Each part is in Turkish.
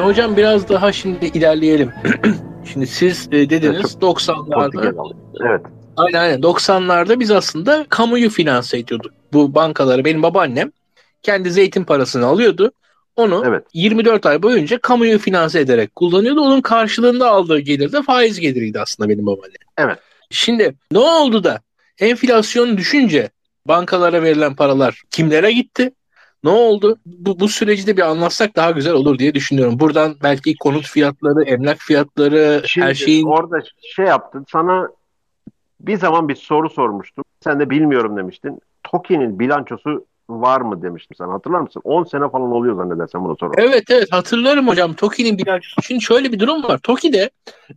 hocam biraz daha şimdi ilerleyelim. Şimdi siz Evet, dediniz çok 90'larda. politik alıyor. Evet. Aynen 90'larda biz aslında kamuyu finanse ediyorduk. Bu bankaları benim babaannem kendi zeytin parasını alıyordu. Onu Evet. 24 ay boyunca kamuyu finanse ederek kullanıyordu. Onun karşılığında aldığı gelir de faiz geliriydi aslında benim babaannem. Evet. Şimdi ne oldu da enflasyon düşünce bankalara verilen paralar kimlere gitti? Ne oldu? Bu süreci de bir anlatsak daha güzel olur diye düşünüyorum. Buradan belki konut fiyatları, emlak fiyatları, her Şimdi şeyin. orada şey yaptın. Sana bir zaman bir soru sormuştum. Sen de bilmiyorum demiştin. TOKİ'nin bilançosu var mı demiştim sana. Hatırlar mısın? 10 sene falan oluyor zannedersem bunu soru. Evet, evet, hatırlarım hocam TOKİ'nin bilançosu. Şimdi şöyle bir durum var. TOKİ'de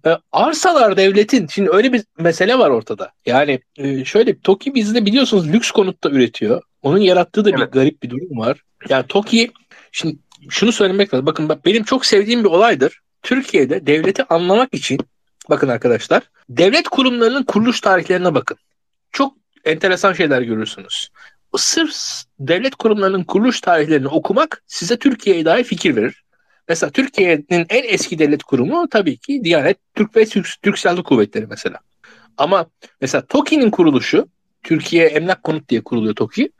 arsalar devletin. Şimdi öyle bir mesele var ortada. Yani şöyle TOKİ bizde biliyorsunuz lüks konutta üretiyor. Onun yarattığı da bir Evet. garip bir durum var. Yani TOKİ şimdi şunu söylemek lazım. Bakın bak, benim çok sevdiğim bir olaydır. Türkiye'de devleti anlamak için bakın arkadaşlar devlet kurumlarının kuruluş tarihlerine bakın. Çok enteresan şeyler görürsünüz. O sırf devlet kurumlarının kuruluş tarihlerini okumak size Türkiye'ye dair fikir verir. Mesela Türkiye'nin en eski devlet kurumu tabii ki Diyanet, Türk ve Türk Silahlı Kuvvetleri mesela. Ama mesela TOKİ'nin kuruluşu, Türkiye Emlak Konut diye kuruluyor TOKİ.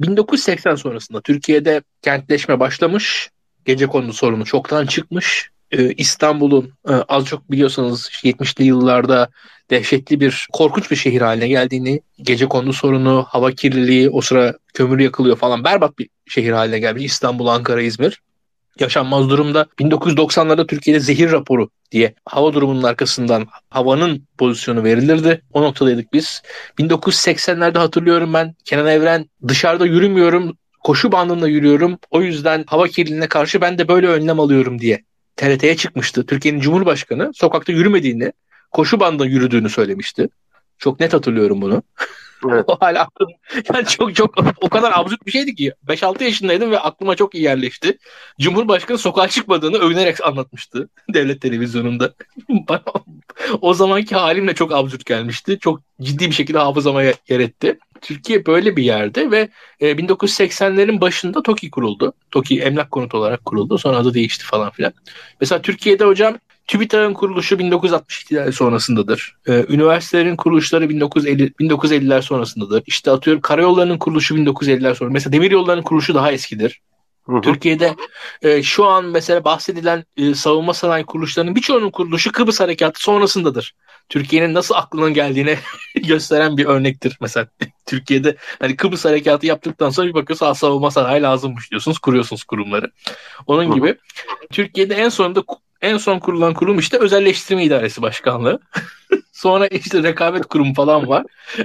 1980 sonrasında Türkiye'de kentleşme başlamış. Gecekondu sorunu çoktan çıkmış. İstanbul'un az çok biliyorsanız 70'li yıllarda dehşetli bir, korkunç bir şehir haline geldiğini, gecekondu sorunu, hava kirliliği, o sıra kömür yakılıyor falan, berbat bir şehir haline gelmiş İstanbul, Ankara, İzmir. Yaşanmaz durumda 1990'larda Türkiye'de zehir raporu diye hava durumunun arkasından havanın pozisyonu verilirdi. O noktadaydık biz. 1980'lerde hatırlıyorum ben, Kenan Evren dışarıda yürümüyorum, koşu bandında yürüyorum. O yüzden hava kirliliğine karşı ben de böyle önlem alıyorum diye TRT'ye çıkmıştı. Türkiye'nin Cumhurbaşkanı sokakta yürümediğini, koşu bandında yürüdüğünü söylemişti. Çok net hatırlıyorum bunu. Evet. O hala aklım, yani çok çok o kadar absürt bir şeydi ki 5-6 yaşındaydım ve aklıma çok iyi yerleşti. Cumhurbaşkanı sokağa çıkmadığını övünerek anlatmıştı devlet televizyonunda. Bana o zamanki halimle çok absürt gelmişti. Çok ciddi bir şekilde hafızama yer etti. Türkiye böyle bir yerde ve 1980'lerin başında TOKİ kuruldu. TOKİ Emlak Konut olarak kuruldu. Sonra adı değişti falan filan. Mesela Türkiye'de hocam TÜBİTAK'ın kuruluşu 1962'ler sonrasındadır. Üniversitelerin kuruluşları 1950'ler sonrasındadır. İşte atıyorum karayollarının kuruluşu 1950'ler sonra. Mesela demiryollarının kuruluşu daha eskidir. Hı hı. Türkiye'de şu an mesela bahsedilen savunma sanayi kuruluşlarının birçoğunun kuruluşu Kıbrıs Harekatı sonrasındadır. Türkiye'nin nasıl aklının geldiğini gösteren bir örnektir. Mesela Türkiye'de hani Kıbrıs Harekatı yaptıktan sonra bir bakıyorsunuz savunma sanayi lazımmış diyorsunuz, kuruyorsunuz kurumları. Onun Hı hı. gibi Türkiye'de en son kurulan kurum işte Özelleştirme İdaresi Başkanlığı. Sonra işte Rekabet Kurumu falan var.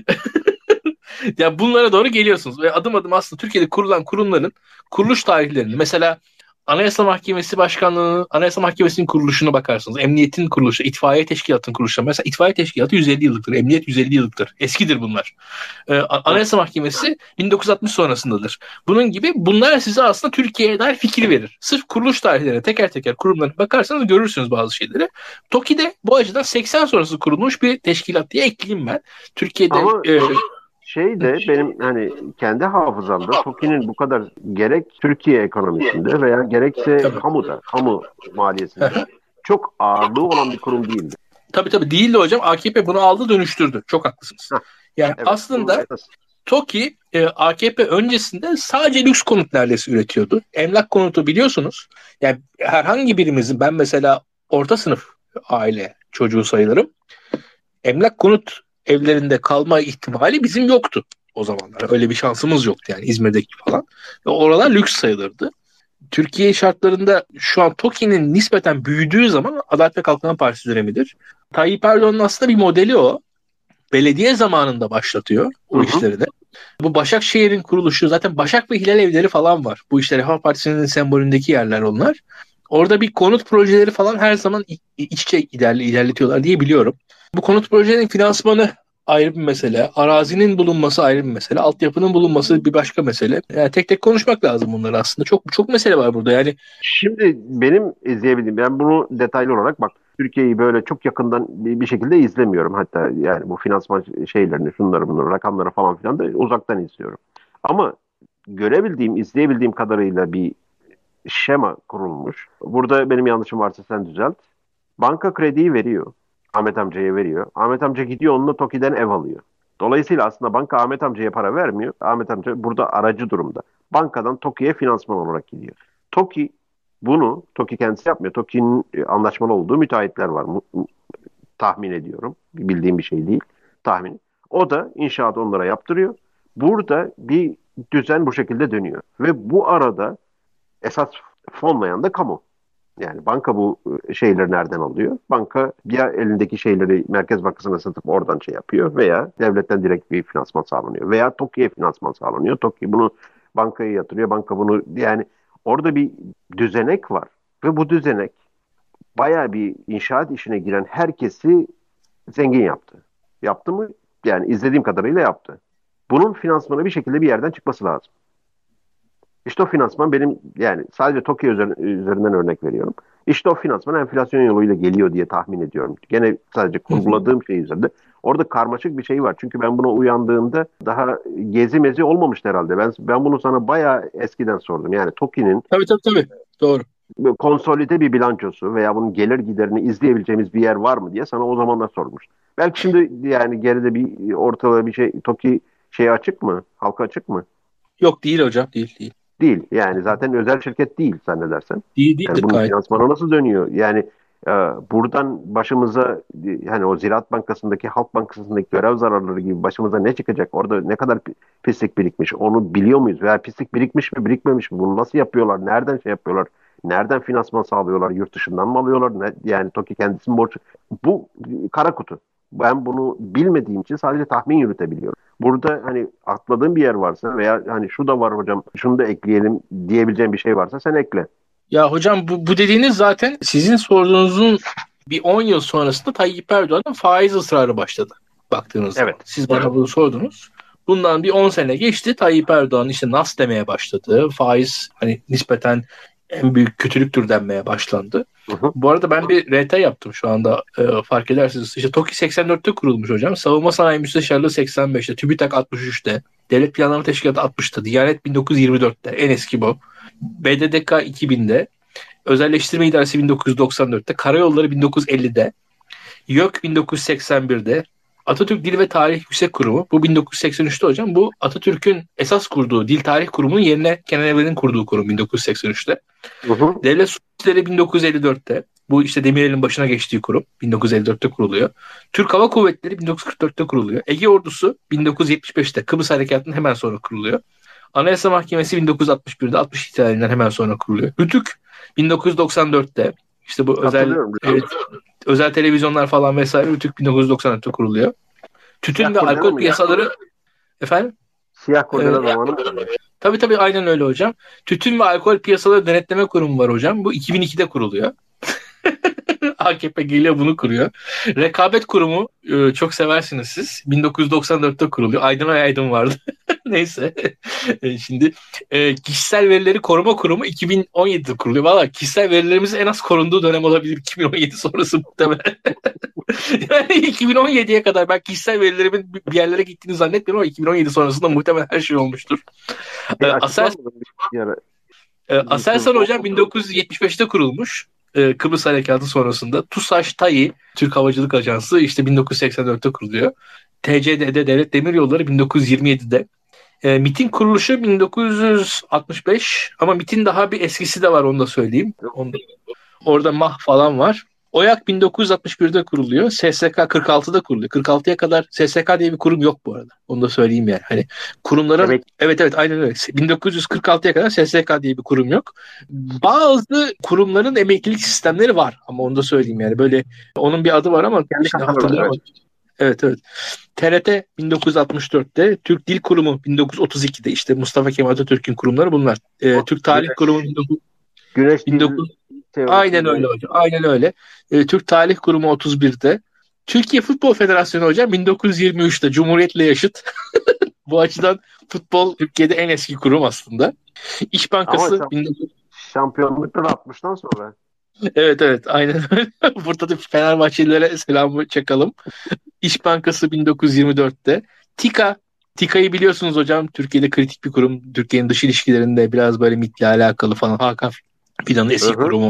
Ya bunlara doğru geliyorsunuz ve adım adım aslında Türkiye'de kurulan kurumların kuruluş tarihlerini, mesela Anayasa Mahkemesi Başkanlığı, Anayasa Mahkemesi'nin kuruluşuna bakarsınız. Emniyetin kuruluşu, itfaiye teşkilatının kuruluşu. Mesela itfaiye teşkilatı 150 yıllıktır, emniyet 150 yıllıktır. Eskidir bunlar. Evet. Anayasa Mahkemesi 1960 sonrasındadır. Bunun gibi bunlar size aslında Türkiye'ye dair fikir verir. Sırf kuruluş tarihlerine teker teker kurumlarına bakarsanız görürsünüz bazı şeyleri. TOKİ'de bu açıdan 80 sonrası kurulmuş bir teşkilat diye ekleyeyim ben. Türkiye'de Ama şey de benim hani kendi hafızamda TOKİ'nin bu kadar gerek Türkiye ekonomisinde veya gerekse tabii. kamuda, kamu maliyesinde çok ağırlığı olan bir kurum değildi. Tabii tabii değil de hocam, AKP bunu aldı dönüştürdü. Çok haklısınız. Heh, Yani evet. Bu aslında esas. TOKİ AKP öncesinde sadece lüks konut neredeyse üretiyordu. Emlak konutu biliyorsunuz. Yani herhangi birimizin, ben mesela orta sınıf aile çocuğu sayılırım. Emlak konut evlerinde kalma ihtimali bizim yoktu o zamanlar. Öyle bir şansımız yoktu yani İzmir'deki falan. Ve oralar lüks sayılırdı. Türkiye şartlarında şu an TOKİ'nin nispeten büyüdüğü zaman Adalet ve Kalkınma Partisi dönemidir. Tayyip Erdoğan'ın aslında bir modeli o. Belediye zamanında başlatıyor Hı o hı. işleri de. Bu Başakşehir'in kuruluşu, zaten Başak ve Hilal evleri falan var. Bu işte Refah Partisi'nin sembolündeki yerler onlar. Orada bir konut projeleri falan her zaman iç içe ilerletiyorlar diye biliyorum. Bu konut projelerinin finansmanı ayrı bir mesele. Arazinin bulunması ayrı bir mesele. Altyapının bulunması bir başka mesele. Yani tek tek konuşmak lazım bunları aslında. Çok çok mesele var burada. Yani Şimdi benim izleyebildiğim, ben bunu detaylı olarak bak Türkiye'yi böyle çok yakından bir şekilde izlemiyorum. Hatta yani bu finansman şeylerini, şunları bunları, rakamları falan filan da uzaktan izliyorum. Ama görebildiğim, izleyebildiğim kadarıyla bir şema kurulmuş. Burada benim yanlışım varsa sen düzelt. Banka krediyi veriyor. Ahmet amcaya veriyor. Ahmet amca gidiyor onunla TOKİ'den ev alıyor. Dolayısıyla aslında banka Ahmet amcaya para vermiyor. Ahmet amca burada aracı durumda. Bankadan TOKİ'ye finansman olarak gidiyor. TOKİ TOKİ kendisi yapmıyor. TOKİ'nin anlaşmalı olduğu müteahhitler var. Tahmin ediyorum. Bildiğim bir şey değil. Tahmin. O da inşaat onlara yaptırıyor. Burada bir düzen bu şekilde dönüyor. Ve bu arada esas fonlayan da kamu. Yani banka bu şeyleri nereden alıyor? Banka ya elindeki şeyleri Merkez Bankası'na satıp oradan şey yapıyor veya devletten direkt bir finansman sağlanıyor. Veya TOKİ'ye finansman sağlanıyor. TOKİ bunu bankaya yatırıyor. Banka bunu yani orada bir düzenek var. Ve bu düzenek bayağı bir inşaat işine giren herkesi zengin yaptı. Yaptı mı? Yani izlediğim kadarıyla yaptı. Bunun finansmanı bir şekilde bir yerden çıkması lazım. İşte o finansman benim yani sadece Tokyo üzerinden örnek veriyorum. İşte o finansman enflasyon yoluyla geliyor diye tahmin ediyorum. Gene sadece kurguladığım şey üzerinde. Orada karmaşık bir şey var. Çünkü ben buna uyandığımda daha gezi mezi olmamıştı herhalde. Ben bunu sana bayağı eskiden sordum. Yani TOKİ'nin Tabii. Doğru. konsolide bir bilançosu veya bunun gelir giderini izleyebileceğimiz bir yer var mı diye sana o zamanlar sormuştum. Belki şimdi yani geride bir ortada bir şey TOKİ şey açık mı? Halka açık mı? Yok değil hocam. Değil. Değil. Yani zaten özel şirket değil zannedersen. Yani Değildir bunun gayet. finansmanı nasıl dönüyor? Yani buradan başımıza hani o Ziraat Bankası'ndaki Halk Bankası'ndaki görev zararları gibi başımıza ne çıkacak? Orada ne kadar pislik birikmiş? Onu biliyor muyuz? Veya pislik birikmiş mi, birikmemiş mi? Bunu nasıl yapıyorlar? Nereden şey yapıyorlar? Nereden finansman sağlıyorlar? Yurt dışından mı alıyorlar? Yani TOKİ kendisi mi borç? Bu kara kutu. Ben bunu bilmediğim için sadece tahmin yürütebiliyorum. Burada hani atladığın bir yer varsa veya hani şu da var hocam, şunu da ekleyelim diyebileceğim bir şey varsa sen ekle. Ya hocam bu dediğiniz zaten sizin sorduğunuzun bir 10 yıl sonrasında Tayyip Erdoğan'ın faiz ısrarı başladı. Baktığınız zaman. Evet. Siz bana bunu sordunuz. Bundan bir 10 sene geçti. Tayyip Erdoğan işte nas demeye başladı. Faiz hani nispeten en büyük kötülüktür denmeye başlandı. Hı hı. Bu arada ben bir RT yaptım şu anda fark edersiniz. İşte TOKİ 84'te kurulmuş hocam. Savunma Sanayi Müsteşarlığı 85'te. TÜBİTAK 63'te. Devlet Planlama Teşkilatı 60'ta. Diyanet 1924'te. En eski bu. BDDK 2000'de. Özelleştirme İdaresi 1994'te. Karayolları 1950'de. YÖK 1981'de. Atatürk Dil ve Tarih Yüksek Kurumu. Bu 1983'te hocam. Bu Atatürk'ün esas kurduğu Dil Tarih Kurumu'nun yerine Kenan Evren'in kurduğu kurum 1983'te. Hı hı. Devlet Su İşleri 1954'te. Bu işte Demirel'in başına geçtiği kurum 1954'te kuruluyor. Türk Hava Kuvvetleri 1944'te kuruluyor. Ege Ordusu 1975'te Kıbrıs Harekatı'nın hemen sonra kuruluyor. Anayasa Mahkemesi 1961'de 60 ihtilalinden hemen sonra kuruluyor. Hütük 1994'te işte bu Hatırlıyorum. özel televizyonlar falan vesaire Hütük 1994'te kuruluyor. Tütün Siyah ve kurdele alkol mi ya? piyasaları efendim Siyah kurdele e, zamanı mı? tabii aynen öyle hocam. Tütün ve alkol piyasaları denetleme kurumu var hocam. Bu 2002'de kuruluyor. AKP geliyor bunu kuruyor. Rekabet Kurumu çok seversiniz siz. 1994'te kuruluyor. Aydın Aydın vardı. Neyse. Şimdi Kişisel Verileri Koruma Kurumu 2017'de kuruluyor. Valla kişisel verilerimizin en az korunduğu dönem olabilir 2017 sonrası muhtemelen. Yani 2017'ye kadar ben kişisel verilerimin bir yerlere gittiğini zannetmiyorum ama 2017 sonrasında muhtemelen her şey olmuştur. Asel Açıklanmadı bir ara. Aselsan hocam 1975'te kurulmuş. Kıbrıs Harekatı sonrasında. TUSAŞ TAİ, Türk Havacılık Ajansı işte 1984'te kuruluyor. TCDD Devlet Demiryolları 1927'de. MİT'in kuruluşu 1965 ama MİT'in daha bir eskisi de var onu da söyleyeyim. Orada MAH falan var. OYAK 1961'de kuruluyor. SSK 46'da kuruluyor. 46'ya kadar SSK diye bir kurum yok bu arada. Onu da söyleyeyim yani. Hani kurumların evet aynen öyle. 1946'ya kadar SSK diye bir kurum yok. Bazı kurumların emeklilik sistemleri var ama onu da söyleyeyim yani. Böyle onun bir adı var ama Kendi işte kafaları var. hatırlayamadım. Evet. TRT 1964'te, Türk Dil Kurumu 1932'de işte Mustafa Kemal Atatürk'ün kurumları bunlar. Türk Tarih Kurumu Güneş dil 19 Aynen teorisiyle. öyle hocam. Aynen öyle. Türk Tarih Kurumu 31'de. Türkiye Futbol Federasyonu hocam 1923'te Cumhuriyet'le yaşıt. Bu açıdan futbol Türkiye'de en eski kurum aslında. İş Bankası Ama şampiyonluktan 60'tan sonra. Evet aynen öyle. Burada da Fenerbahçelilere selamı çakalım. İş Bankası 1924'te. TİKA'yı biliyorsunuz hocam. Türkiye'de kritik bir kurum. Türkiye'nin dış ilişkilerinde biraz böyle MİT'le alakalı falan. Hakan Fidan'ın Hı eski hı. kurumu.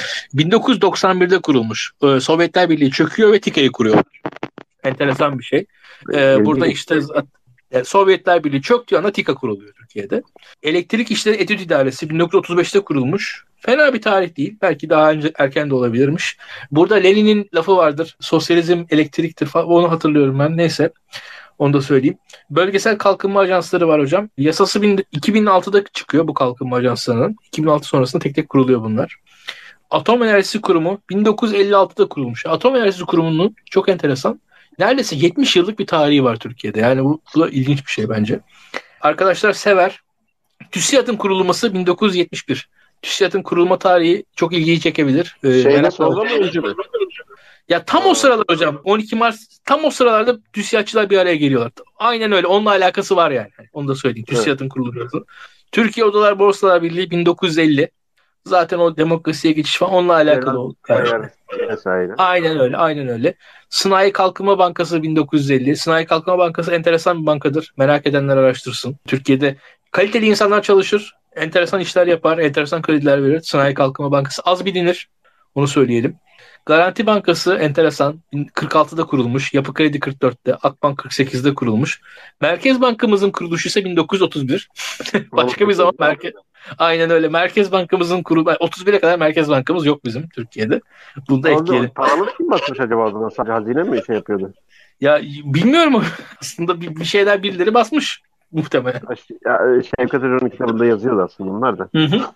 1991'de kurulmuş. Sovyetler Birliği çöküyor ve TİKA'yı kuruyor. Enteresan bir şey. Burada İlginç. işte Sovyetler Birliği çöktüğü anda TİKA kuruluyor Türkiye'de. Elektrik İşleri Etüt İdaresi 1935'te kurulmuş. Fena bir tarih değil. Belki daha önce erken de olabilirmiş. Burada Lenin'in lafı vardır. Sosyalizm elektriktir falan. Onu hatırlıyorum ben. Neyse. Onu da söyleyeyim. Bölgesel kalkınma ajansları var hocam. Yasası 2006'da çıkıyor bu kalkınma ajanslarının. 2006 sonrasında tek tek kuruluyor bunlar. Atom Enerjisi Kurumu 1956'da kurulmuş. Atom Enerjisi Kurumu'nun çok enteresan. Neredeyse 70 yıllık bir tarihi var Türkiye'de. Yani bu da ilginç bir şey bence. Arkadaşlar sever. TÜSİAD'ın kurulması 1971. TÜSİAD'ın kurulma tarihi çok ilgiyi çekebilir. Şeyde Merakla sonra mı önce mi? ya tam o sıralar hocam 12 Mart tam o sıralarda TÜSİADçılar bir araya geliyorlar. Aynen öyle. Onunla alakası var yani. Onu da söyleyeyim. Evet. TÜSİAD'ın kurulması. Türkiye Odalar Borsalar Birliği 1950. Zaten o demokrasiye geçiş falan onunla alakalı Evren oldu. Yani. Bayar vesaire. Aynen öyle, aynen öyle. Sanayi Kalkınma Bankası 1950. Sanayi Kalkınma Bankası enteresan bir bankadır. Merak edenler araştırsın. Türkiye'de kaliteli insanlar çalışır, enteresan işler yapar, enteresan krediler verir. Sanayi Kalkınma Bankası az bilinir. Onu söyleyelim. Garanti Bankası enteresan. 46'da kurulmuş. Yapı Kredi 44'te. Akbank 48'de kurulmuş. Merkez Bankamızın kuruluşu ise 1931. Başka bir zaman merkez. Aynen öyle. Merkez Bankamızın kurulu 31'e kadar Merkez Bankamız yok bizim Türkiye'de. Bunu da Orada ekleyelim. paraları kim basmış acaba o zaman? Sadece hazine mi şey yapıyordu? Ya bilmiyorum aslında bir şeyler birileri basmış muhtemelen. Şevket Hoca'nın kitabında yazıyordu aslında bunlar da. Hı hı.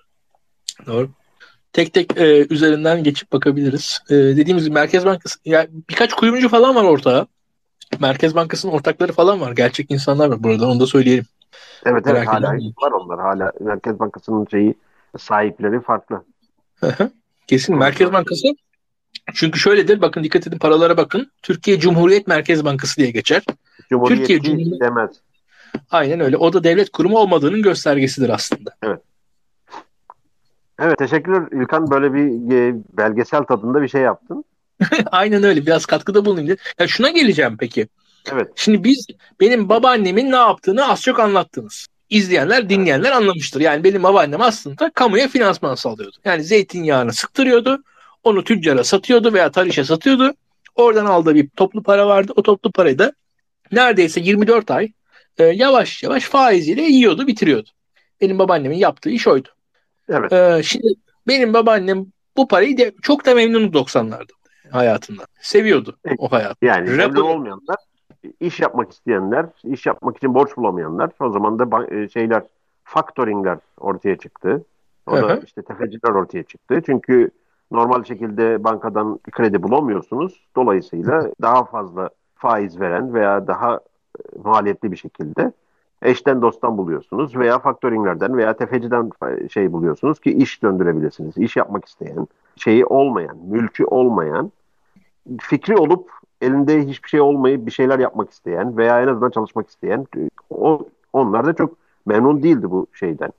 Doğru. Tek tek üzerinden geçip bakabiliriz. Dediğimiz gibi Merkez Bankası ya birkaç kuyumcu falan var ortağı. Merkez Bankası'nın ortakları falan var. Gerçek insanlar var burada. Onu da söyleyelim. Evet, evet, Merak hala eden. var onlar. Hala Merkez Bankası'nın sahipleri farklı. Hı hı. Kesin Merkez Kurucular. Bankası. Çünkü şöyledir. Bakın dikkat edin paralara bakın. Türkiye Cumhuriyet Merkez Bankası diye geçer. Türkiye Cumhuriyetçi Cumhuriyet demez. aynen öyle. O da devlet kurumu olmadığının göstergesidir aslında. Evet. Evet, teşekkürler İlkan. Böyle bir belgesel tadında bir şey yaptın. Aynen öyle. Biraz katkıda bulunayım diye. Ya şuna geleceğim peki. Evet. Şimdi benim babaannemin ne yaptığını az çok anlattınız. İzleyenler, Evet. dinleyenler anlamıştır. Yani benim babaannem aslında kamuya finansman sağlıyordu. Yani zeytinyağını sıktırıyordu. Onu tüccara satıyordu veya tarışa satıyordu. Oradan aldığı bir toplu para vardı. O toplu parayı da neredeyse 24 ay yavaş yavaş faiziyle yiyordu, bitiriyordu. Benim babaannemin yaptığı iş oydu. Evet. Şimdi benim babaannem bu parayı çok da memnundu 90'larda hayatından. Seviyordu o hayatı. Yani memnun Rap'ı olmayanlar, iş yapmak isteyenler, iş yapmak için borç bulamayanlar, o zaman da faktöringler ortaya çıktı. O hı da hı, işte tefeciler ortaya çıktı. Çünkü normal şekilde bankadan kredi bulamıyorsunuz. Dolayısıyla daha fazla faiz veren veya daha maliyetli bir şekilde eşten dosttan buluyorsunuz veya faktöringlerden veya tefeciden şey buluyorsunuz ki iş döndürebilirsiniz. İş yapmak isteyen, şeyi olmayan, mülkü olmayan, fikri olup elinde hiçbir şey olmayıp bir şeyler yapmak isteyen veya en azından çalışmak isteyen onlar da çok memnun değildi bu şeyden.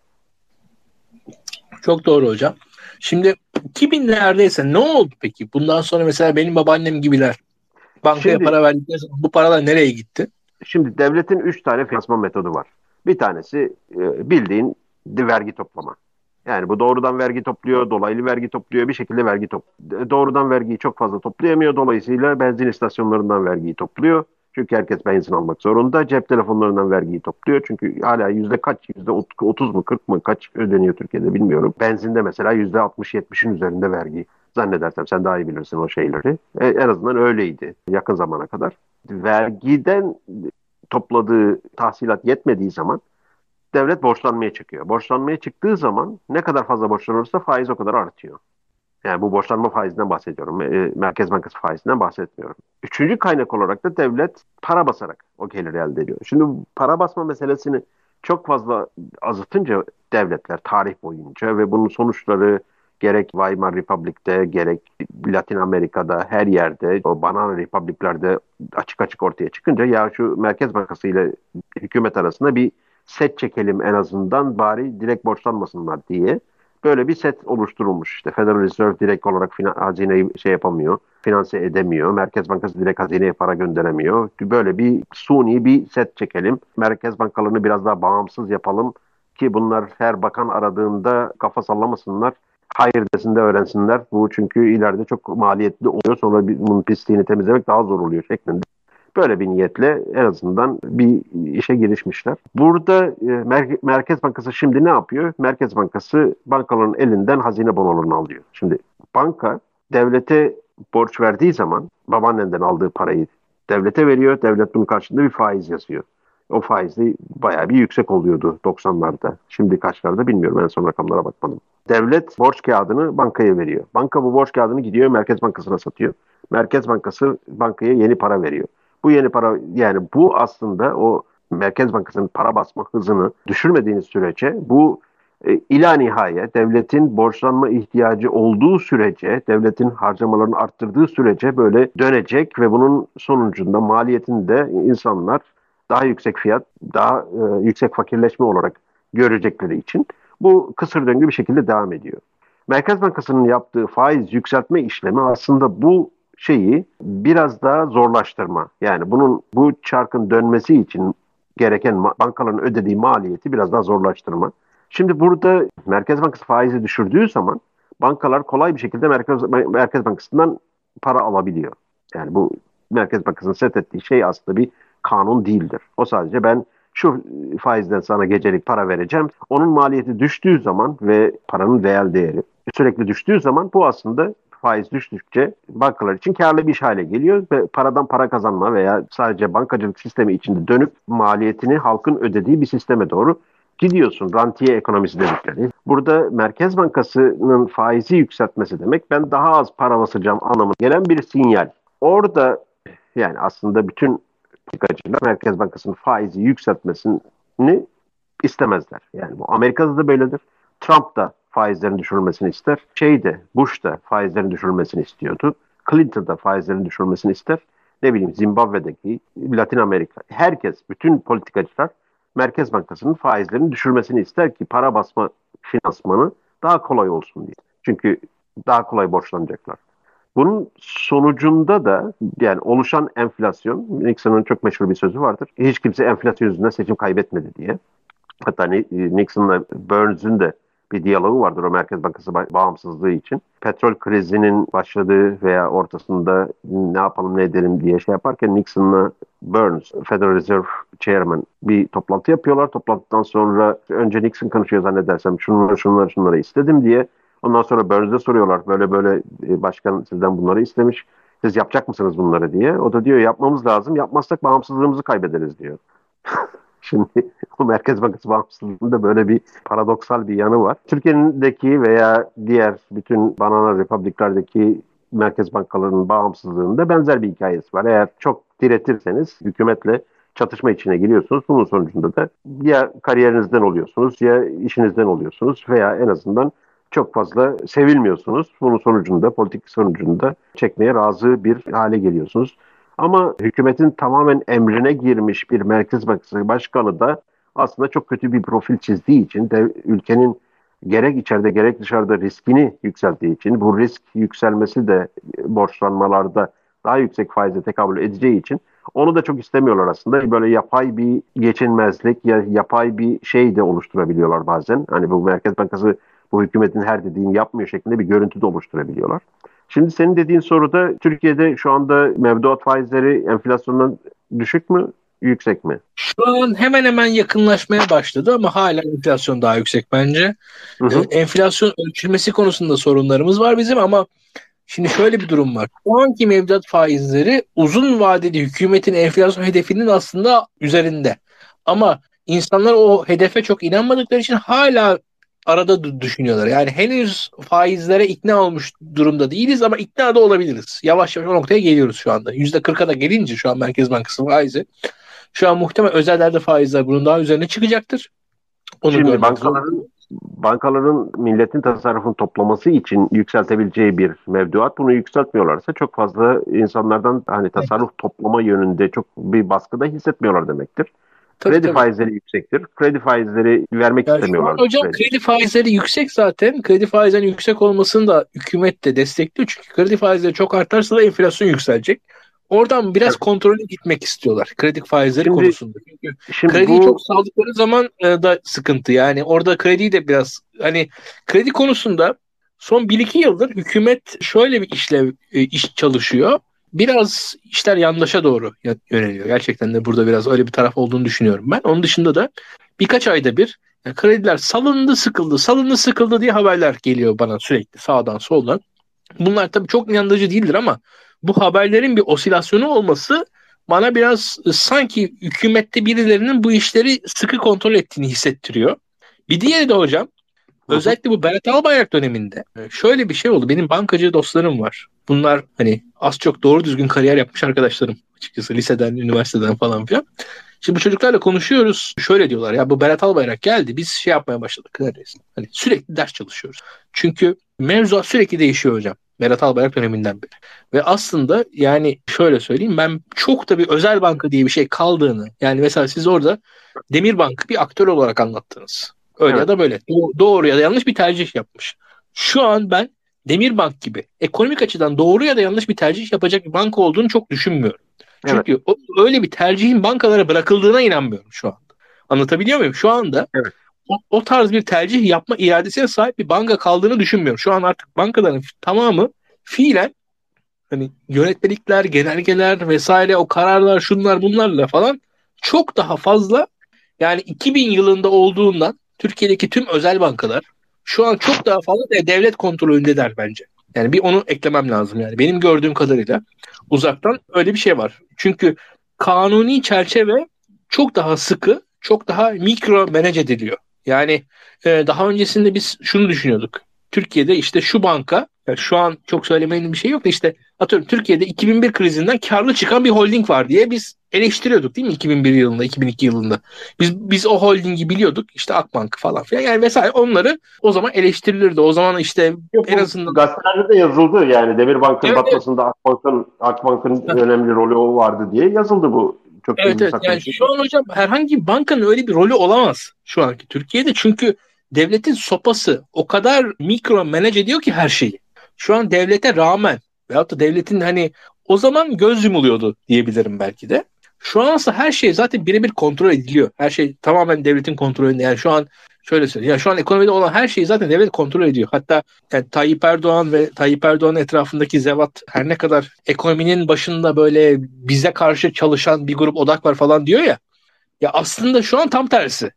çok doğru hocam. Şimdi 2000'lerdeyse ne oldu peki? Bundan sonra mesela benim babaannem gibiler bankaya Şimdi para verdikleri zaman bu paralar nereye gitti? şimdi devletin 3 tane finansman metodu var. Bir tanesi bildiğin vergi toplama. Yani bu doğrudan vergi topluyor, dolaylı vergi topluyor, bir şekilde vergi topluyor. Doğrudan vergiyi çok fazla toplayamıyor. Dolayısıyla benzin istasyonlarından vergiyi topluyor. Çünkü herkes benzin almak zorunda. Cep telefonlarından vergiyi topluyor. Çünkü hala yüzde kaç, yüzde 30 mu 40 mı kaç ödeniyor Türkiye'de bilmiyorum. Benzinde mesela yüzde 60-70'in üzerinde vergi. Zannedersem sen daha iyi bilirsin o şeyleri. En azından öyleydi yakın zamana kadar. Vergiden topladığı tahsilat yetmediği zaman devlet borçlanmaya çıkıyor. Borçlanmaya çıktığı zaman ne kadar fazla borçlanırsa faiz o kadar artıyor. Yani bu borçlanma faizinden bahsediyorum. Merkez Bankası faizinden bahsetmiyorum. Üçüncü kaynak olarak da devlet para basarak o geliri elde ediyor. Şimdi para basma meselesini çok fazla azıtınca devletler tarih boyunca ve bunun sonuçları gerek Weimar Republic'te gerek Latin Amerika'da her yerde o Banana Republic'lerde açık açık ortaya çıkınca ya şu Merkez Bankası ile hükümet arasında bir set çekelim en azından bari direkt borçlanmasınlar diye böyle bir set oluşturulmuş. İşte Federal Reserve direkt olarak hazineyi şey yapamıyor, finanse edemiyor. Merkez Bankası direkt hazineye para gönderemiyor. Böyle bir suni bir set çekelim. Merkez bankalarını biraz daha bağımsız yapalım ki bunlar her bakan aradığında kafa sallamasınlar. Hayır desin de öğrensinler. Bu çünkü ileride çok maliyetli oluyor. Sonra bunun pisliğini temizlemek daha zor oluyor şeklinde. Böyle bir niyetle en azından bir işe girişmişler. Burada Merkez Bankası şimdi ne yapıyor? Merkez Bankası bankaların elinden hazine bonolarını alıyor. Şimdi banka devlete borç verdiği zaman babaannenden aldığı parayı devlete veriyor. Devlet bunun karşılığında bir faiz yazıyor. O faiz de bayağı bir yüksek oluyordu 90'larda. Şimdi kaçlarda bilmiyorum. En son rakamlara bakmadım. Devlet borç kağıdını bankaya veriyor. Banka bu borç kağıdını gidiyor Merkez Bankası'na satıyor. Merkez Bankası bankaya yeni para veriyor. Bu yeni para, yani bu aslında o Merkez Bankası'nın para basma hızını düşürmediğiniz sürece bu ila nihaya devletin borçlanma ihtiyacı olduğu sürece, devletin harcamalarını arttırdığı sürece böyle dönecek ve bunun sonucunda maliyetinde insanlar daha yüksek fiyat, daha yüksek fakirleşme olarak görecekleri için bu kısır döngü bir şekilde devam ediyor. Merkez Bankası'nın yaptığı faiz yükseltme işlemi aslında bu şeyi biraz daha zorlaştırma. Yani bu çarkın dönmesi için gereken bankaların ödediği maliyeti biraz daha zorlaştırma. Şimdi burada Merkez Bankası faizi düşürdüğü zaman bankalar kolay bir şekilde Merkez Bankası'ndan para alabiliyor. Yani bu Merkez Bankası'nın set ettiği şey aslında bir kanun değildir. O sadece ben şu faizden sana gecelik para vereceğim. Onun maliyeti düştüğü zaman ve paranın reel değeri sürekli düştüğü zaman bu aslında faiz düştükçe bankalar için karlı bir iş hale geliyor ve paradan para kazanma veya sadece bankacılık sistemi içinde dönüp maliyetini halkın ödediği bir sisteme doğru gidiyorsun. Rantiye ekonomisi dedikleri. Burada Merkez Bankası'nın faizi yükseltmesi demek ben daha az para basacağım anlamına gelen bir sinyal. Orada yani aslında bütün politikacılar Merkez Bankası'nın faizi yükseltmesini istemezler. Yani bu Amerika'da da böyledir. Trump da faizlerin düşürülmesini ister. Bush da faizlerin düşürülmesini istiyordu. Clinton da faizlerin düşürülmesini ister. Ne bileyim Zimbabwe'deki, Latin Amerika. Herkes, bütün politikacılar Merkez Bankası'nın faizlerini düşürmesini ister ki para basma finansmanı daha kolay olsun diye. Çünkü daha kolay borçlanacaklar. Bunun sonucunda da yani oluşan enflasyon, Nixon'ın çok meşhur bir sözü vardır. Hiç kimse enflasyon yüzünden seçim kaybetmedi diye. Hatta Nixon'la Burns'ün de bir diyalogu vardır o Merkez Bankası bağımsızlığı için. Petrol krizinin başladığı veya ortasında ne yapalım ne edelim diye şey yaparken Nixon'la Burns, Federal Reserve Chairman bir toplantı yapıyorlar. Toplantıdan sonra önce Nixon konuşuyor zannedersem şunları istedim diye. Ondan sonra Burns'e soruyorlar böyle böyle başkan sizden bunları istemiş. Siz yapacak mısınız bunları diye. O da diyor yapmamız lazım. Yapmazsak bağımsızlığımızı kaybederiz diyor. Şimdi o Merkez Bankası bağımsızlığında böyle bir paradoksal bir yanı var. Türkiye'deki veya diğer bütün Banana Republic'lerdeki merkez bankalarının bağımsızlığında benzer bir hikayesi var. Eğer çok diretirseniz hükümetle çatışma içine giriyorsunuz. Bunun sonucunda da ya kariyerinizden oluyorsunuz ya işinizden oluyorsunuz veya en azından çok fazla sevilmiyorsunuz. Bunun sonucunda, politik sonucunda çekmeye razı bir hale geliyorsunuz. Ama hükümetin tamamen emrine girmiş bir Merkez Bankası Başkanı da aslında çok kötü bir profil çizdiği için de ülkenin gerek içeride gerek dışarıda riskini yükselttiği için bu risk yükselmesi de borçlanmalarda daha yüksek faize tekabül edeceği için onu da çok istemiyorlar aslında. Böyle yapay bir geçinmezlik ya yapay bir şey de oluşturabiliyorlar bazen. Hani bu Merkez Bankası bu hükümetin her dediğini yapmıyor şeklinde bir görüntü de oluşturabiliyorlar. Şimdi senin dediğin soruda Türkiye'de şu anda mevduat faizleri enflasyondan düşük mü, yüksek mi? Şu an hemen hemen yakınlaşmaya başladı ama hala enflasyon daha yüksek bence. Hı hı. Enflasyon ölçülmesi konusunda sorunlarımız var bizim ama şimdi şöyle bir durum var. Şu anki mevduat faizleri uzun vadeli hükümetin enflasyon hedefinin aslında üzerinde. Ama insanlar o hedefe çok inanmadıkları için hala arada düşünüyorlar. Yani henüz faizlere ikna olmuş durumda değiliz ama ikna da olabiliriz. Yavaş yavaş o noktaya geliyoruz şu anda. %40'a da gelince şu an Merkez Bankası faizi. Şu an muhtemelen özellerde faizler bunun daha üzerine çıkacaktır. Onu Şimdi görmek zor. bankaların milletin tasarrufunu toplaması için yükseltebileceği bir mevduat. Bunu yükseltmiyorlarsa çok fazla insanlardan hani tasarruf toplama yönünde çok bir baskıda hissetmiyorlar demektir. Tabii, Kredi tabii. faizleri yüksektir. Kredi faizleri vermek Ya şu an istemiyorlar. hocam kredi faizleri yüksek zaten. Kredi faizlerinin yüksek olmasını da hükümet de destekliyor. Çünkü kredi faizleri çok artarsa da enflasyon yükselecek. Oradan biraz Evet. kontrolü gitmek istiyorlar kredi faizleri Şimdi konusunda. Çünkü şimdi krediyi çok bu saldıkları zaman da sıkıntı. Yani orada krediyi de biraz hani kredi konusunda son bir iki yıldır hükümet şöyle bir iş çalışıyor. Biraz işler yandaşa doğru yöneliyor. Gerçekten de burada biraz öyle bir taraf olduğunu düşünüyorum ben. Onun dışında da birkaç ayda bir krediler salındı sıkıldı, salındı sıkıldı diye haberler geliyor bana sürekli sağdan soldan. Bunlar tabii çok inandırıcı değildir ama bu haberlerin bir osilasyonu olması bana biraz sanki hükümette birilerinin bu işleri sıkı kontrol ettiğini hissettiriyor. Bir diğeri de hocam, Hı hı. özellikle bu Berat Albayrak döneminde şöyle bir şey oldu. Benim bankacı dostlarım var. Bunlar hani az çok doğru düzgün kariyer yapmış arkadaşlarım açıkçası liseden, üniversiteden falan filan. Şimdi bu çocuklarla konuşuyoruz. Şöyle diyorlar ya, bu Berat Albayrak geldi. Biz şey yapmaya başladık neredeyse. Hani sürekli ders çalışıyoruz. Çünkü mevzuat sürekli değişiyor hocam. Berat Albayrak döneminden beri. Ve aslında yani şöyle söyleyeyim, ben çok da bir özel banka diye bir şey kaldığını, yani mesela siz orada Demirbank'ı bir aktör olarak anlattınız. Öyle ya Evet. da böyle. Doğru ya da yanlış bir tercih yapmış. Şu an ben Demirbank gibi ekonomik açıdan doğru ya da yanlış bir tercih yapacak bir banka olduğunu çok düşünmüyorum. Evet. Çünkü öyle bir tercihin bankalara bırakıldığına inanmıyorum şu anda. Anlatabiliyor muyum? Şu anda Evet. o tarz bir tercih yapma iradesine sahip bir banka kaldığını düşünmüyorum. Şu an artık bankaların tamamı fiilen hani yönetmelikler, genelgeler vesaire, o kararlar, şunlar bunlarla falan çok daha fazla, yani 2000 yılında olduğundan Türkiye'deki tüm özel bankalar şu an çok daha fazla devlet kontrolündeler bence. Yani bir onu eklemem lazım yani. Benim gördüğüm kadarıyla uzaktan öyle bir şey var. Çünkü kanuni çerçeve çok daha sıkı, çok daha mikro manage ediliyor. Yani daha öncesinde biz şunu düşünüyorduk. Türkiye'de işte şu banka, ya şu an çok söylemenin bir şey yok da işte atıyorum Türkiye'de 2001 krizinden karlı çıkan bir holding var diye biz eleştiriyorduk değil mi 2001 yılında, 2002 yılında. Biz o holdingi biliyorduk. İşte Akbank falan filan. Yani vesaire, onları o zaman eleştirilirdi. O zaman işte en Bu azından gazetelerde de yazıldı yani Demirbank'ın evet evet. batmasında Akbank'ın önemli rolü o vardı diye yazıldı bu. Çok Evet büyük bir evet. Yani sakınca şu değil. an hocam herhangi bir bankanın öyle bir rolü olamaz şu anki Türkiye'de. Çünkü devletin sopası o kadar mikro manage ediyor ki her şeyi. Şu an devlete rağmen veyahut da devletin hani o zaman göz yumuluyordu diyebilirim belki de. Şu ansa her şey zaten birebir kontrol ediliyor. Her şey tamamen devletin kontrolünde. Yani şu an şöyle söyleyeyim. Yani şu an ekonomide olan her şeyi zaten devlet kontrol ediyor. Hatta yani Tayyip Erdoğan ve Tayyip Erdoğan etrafındaki zevat her ne kadar ekonominin başında böyle bize karşı çalışan bir grup odak var falan diyor ya. Ya aslında şu an tam tersi.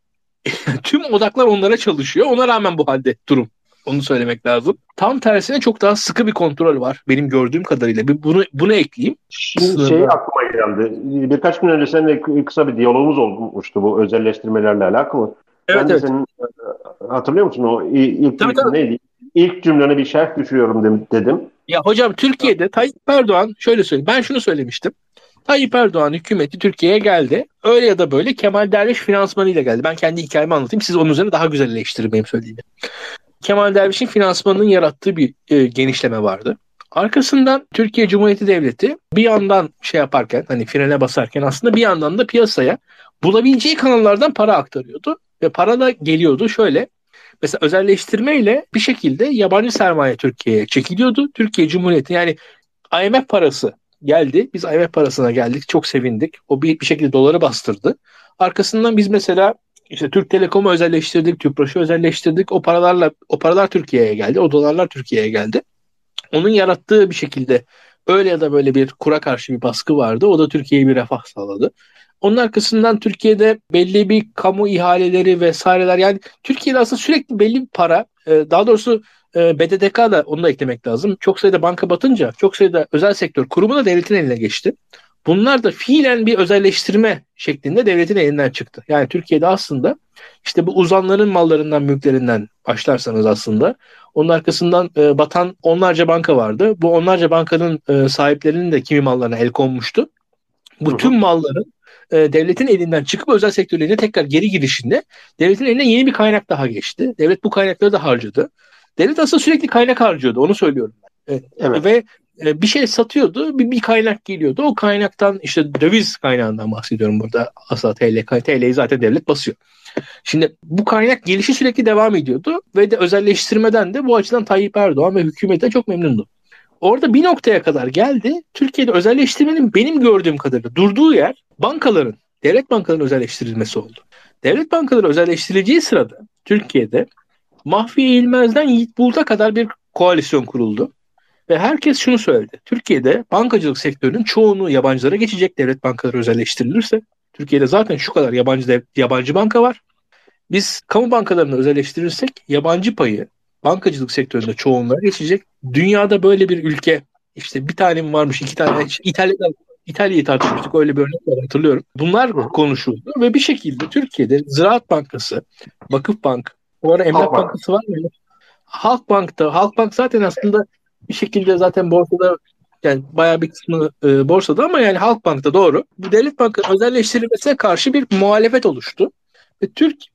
Tüm odaklar onlara çalışıyor. Ona rağmen bu halde durum. Onu söylemek lazım. Tam tersine çok daha sıkı bir kontrol var benim gördüğüm kadarıyla. Bunu ekleyeyim. Şimdi şey Sınırda. aklıma geldi. Birkaç gün önce seninle kısa bir diyalogumuz olmuştu bu özelleştirmelerle alakalı. Ben Evet de evet. senin hatırlıyor musun o Tabii tabii. neydi? İlk cümlene bir şerh düşüyorum dedim. Ya hocam, Türkiye'de Tayyip Erdoğan şöyle söyleyeyim. Ben şunu söylemiştim. Tayyip Erdoğan hükümeti Türkiye'ye geldi. Öyle ya da böyle Kemal Derviş finansmanıyla geldi. Ben kendi hikayemi anlatayım. Siz onun üzerine daha güzel eleştirin benim söylediğimi. Kemal Derviş'in finansmanının yarattığı bir genişleme vardı. Arkasından Türkiye Cumhuriyeti Devleti bir yandan şey yaparken, hani frene basarken, aslında bir yandan da piyasaya bulabileceği kanallardan para aktarıyordu. Ve para da geliyordu şöyle. Mesela özelleştirmeyle bir şekilde yabancı sermaye Türkiye'ye çekiliyordu. Türkiye Cumhuriyeti yani IMF parası geldi. Biz IMF parasına geldik. Çok sevindik. O bir şekilde doları bastırdı. Arkasından biz mesela işte Türk Telekom'u özelleştirdik, Tüpraş'ı özelleştirdik. O paralar Türkiye'ye geldi. O dolarlar Türkiye'ye geldi. Onun yarattığı bir şekilde öyle ya da böyle bir kura karşı bir baskı vardı. O da Türkiye'ye bir refah sağladı. Onun arkasından Türkiye'de belli bir kamu ihaleleri vesaireler, yani Türkiye'de aslında sürekli belli bir para, daha doğrusu BDDK da, onu da eklemek lazım. Çok sayıda banka batınca çok sayıda özel sektör kurumu da devletin eline geçti. Bunlar da fiilen bir özelleştirme şeklinde devletin elinden çıktı. Yani Türkiye'de aslında işte bu uzanların mallarından, mülklerinden başlarsanız aslında onun arkasından batan onlarca banka vardı. Bu onlarca bankanın sahiplerinin de kimi mallarına el konmuştu. Hı Bu tüm hı. malların devletin elinden çıkıp özel sektörlerine tekrar geri girişinde devletin eline yeni bir kaynak daha geçti. Devlet bu kaynakları da harcadı. Devlet aslında sürekli kaynak harcıyordu, onu söylüyorum ben. Evet. Ve bir şey satıyordu, bir kaynak geliyordu. O kaynaktan, işte döviz kaynağından bahsediyorum burada. Aslında TL'yi zaten devlet basıyor. Şimdi bu kaynak gelişi sürekli devam ediyordu ve de özelleştirmeden de bu açıdan Tayyip Erdoğan ve hükümete çok memnundu. orada bir noktaya kadar geldi. Türkiye'de özelleştirmenin benim gördüğüm kadarıyla durduğu yer bankaların, devlet bankalarının özelleştirilmesi oldu. Devlet bankaları özelleştirileceği sırada Türkiye'de Mahfi Eğilmez'den Yiğit Bulut'a kadar bir koalisyon kuruldu. Ve herkes şunu söyledi. Türkiye'de bankacılık sektörünün çoğunluğu yabancılara geçecek devlet bankaları özelleştirilirse. Türkiye'de zaten şu kadar yabancı banka var. Biz kamu bankalarını özelleştirirsek yabancı payı bankacılık sektöründe çoğunluğa geçecek. Dünyada böyle bir ülke işte bir tane mi varmış, iki tane, İtalya'yı tartışmıştık, öyle bir örnek var, hatırlıyorum. Bunlar Hı hı. konuşuldu ve bir şekilde Türkiye'de Ziraat Bankası, Vakıfbank, o ara Emlak Halkbank. Bankası var mı? Halkbank zaten aslında bir şekilde zaten borsada, yani bayağı bir kısmı borsada, ama yani Halkbank'ta doğru. Bu devlet bankanın özelleştirilmesine karşı bir muhalefet oluştu. Ve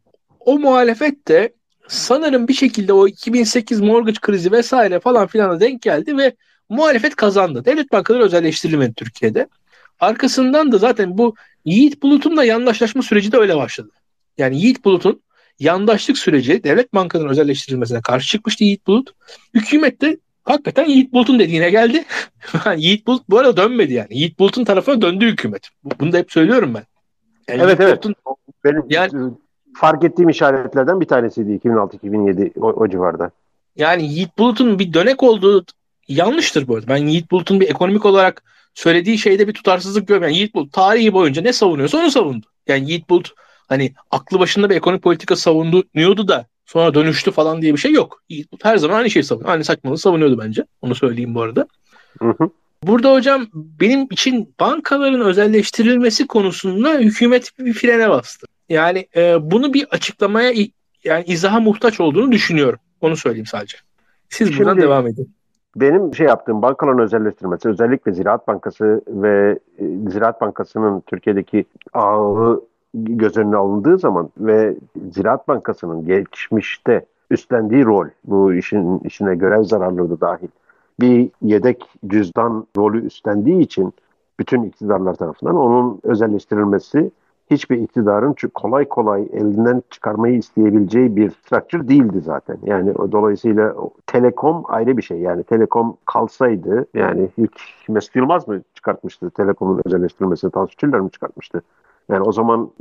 o muhalefet de sanırım bir şekilde o 2008 mortgage krizi vesaire falan filana denk geldi ve muhalefet kazandı. Devlet bankaları özelleştirilmedi Türkiye'de. Arkasından da zaten bu Yiğit Bulut'un da yandaşlaşma süreci de öyle başladı. Yani Yiğit Bulut'un yandaşlık süreci, devlet bankalarının özelleştirilmesine karşı çıkmıştı Yiğit Bulut. Hükümet de hakikaten Yiğit Bulut'un dediğine geldi. Yiğit Bulut bu arada dönmedi yani. Yiğit Bulut'un tarafına döndü hükümet. Bunu da hep söylüyorum ben. Yani Evet, Yiğit evet. Bulut'un Benim yani fark ettiğim işaretlerden bir tanesiydi 2006-2007 o civarda. Yani Yiğit Bulut'un bir dönek olduğu yanlıştır bu arada. Ben Yiğit Bulut'un bir ekonomik olarak söylediği şeyde bir tutarsızlık görmüyorum. Yani Yiğit Bulut tarihi boyunca ne savunuyorsa onu savundu. Yani Yiğit Bulut hani aklı başında bir ekonomik politika savunuyordu da sonra dönüştü falan diye bir şey yok. Yiğit Bulut her zaman aynı şeyi savunuyor. Aynı saçmalığı savunuyordu bence. Onu söyleyeyim bu arada. Hı hı. Burada hocam benim için bankaların özelleştirilmesi konusunda hükümet bir frene bastı. Yani bunu bir açıklamaya yani izaha muhtaç olduğunu düşünüyorum. Onu söyleyeyim sadece. Siz buradan Şimdi devam edin. benim yaptığım bankaların özelleştirilmesi, özellikle Ziraat Bankası ve Ziraat Bankası'nın Türkiye'deki ağı göz önüne alındığı zaman ve Ziraat Bankası'nın geçmişte üstlendiği rol, bu işin içine görev zararları da dahil, bir yedek cüzdan rolü üstlendiği için bütün iktidarlar tarafından onun özelleştirilmesi hiçbir iktidarın kolay kolay elinden çıkarmayı isteyebileceği bir structure değildi zaten. Yani dolayısıyla Telekom ayrı bir şey. Yani Telekom kalsaydı, yani ilk Mesut Yılmaz mı çıkartmıştı Telekom'un özelleştirilmesini, Tansu Çiller mi çıkartmıştı? Yani o zaman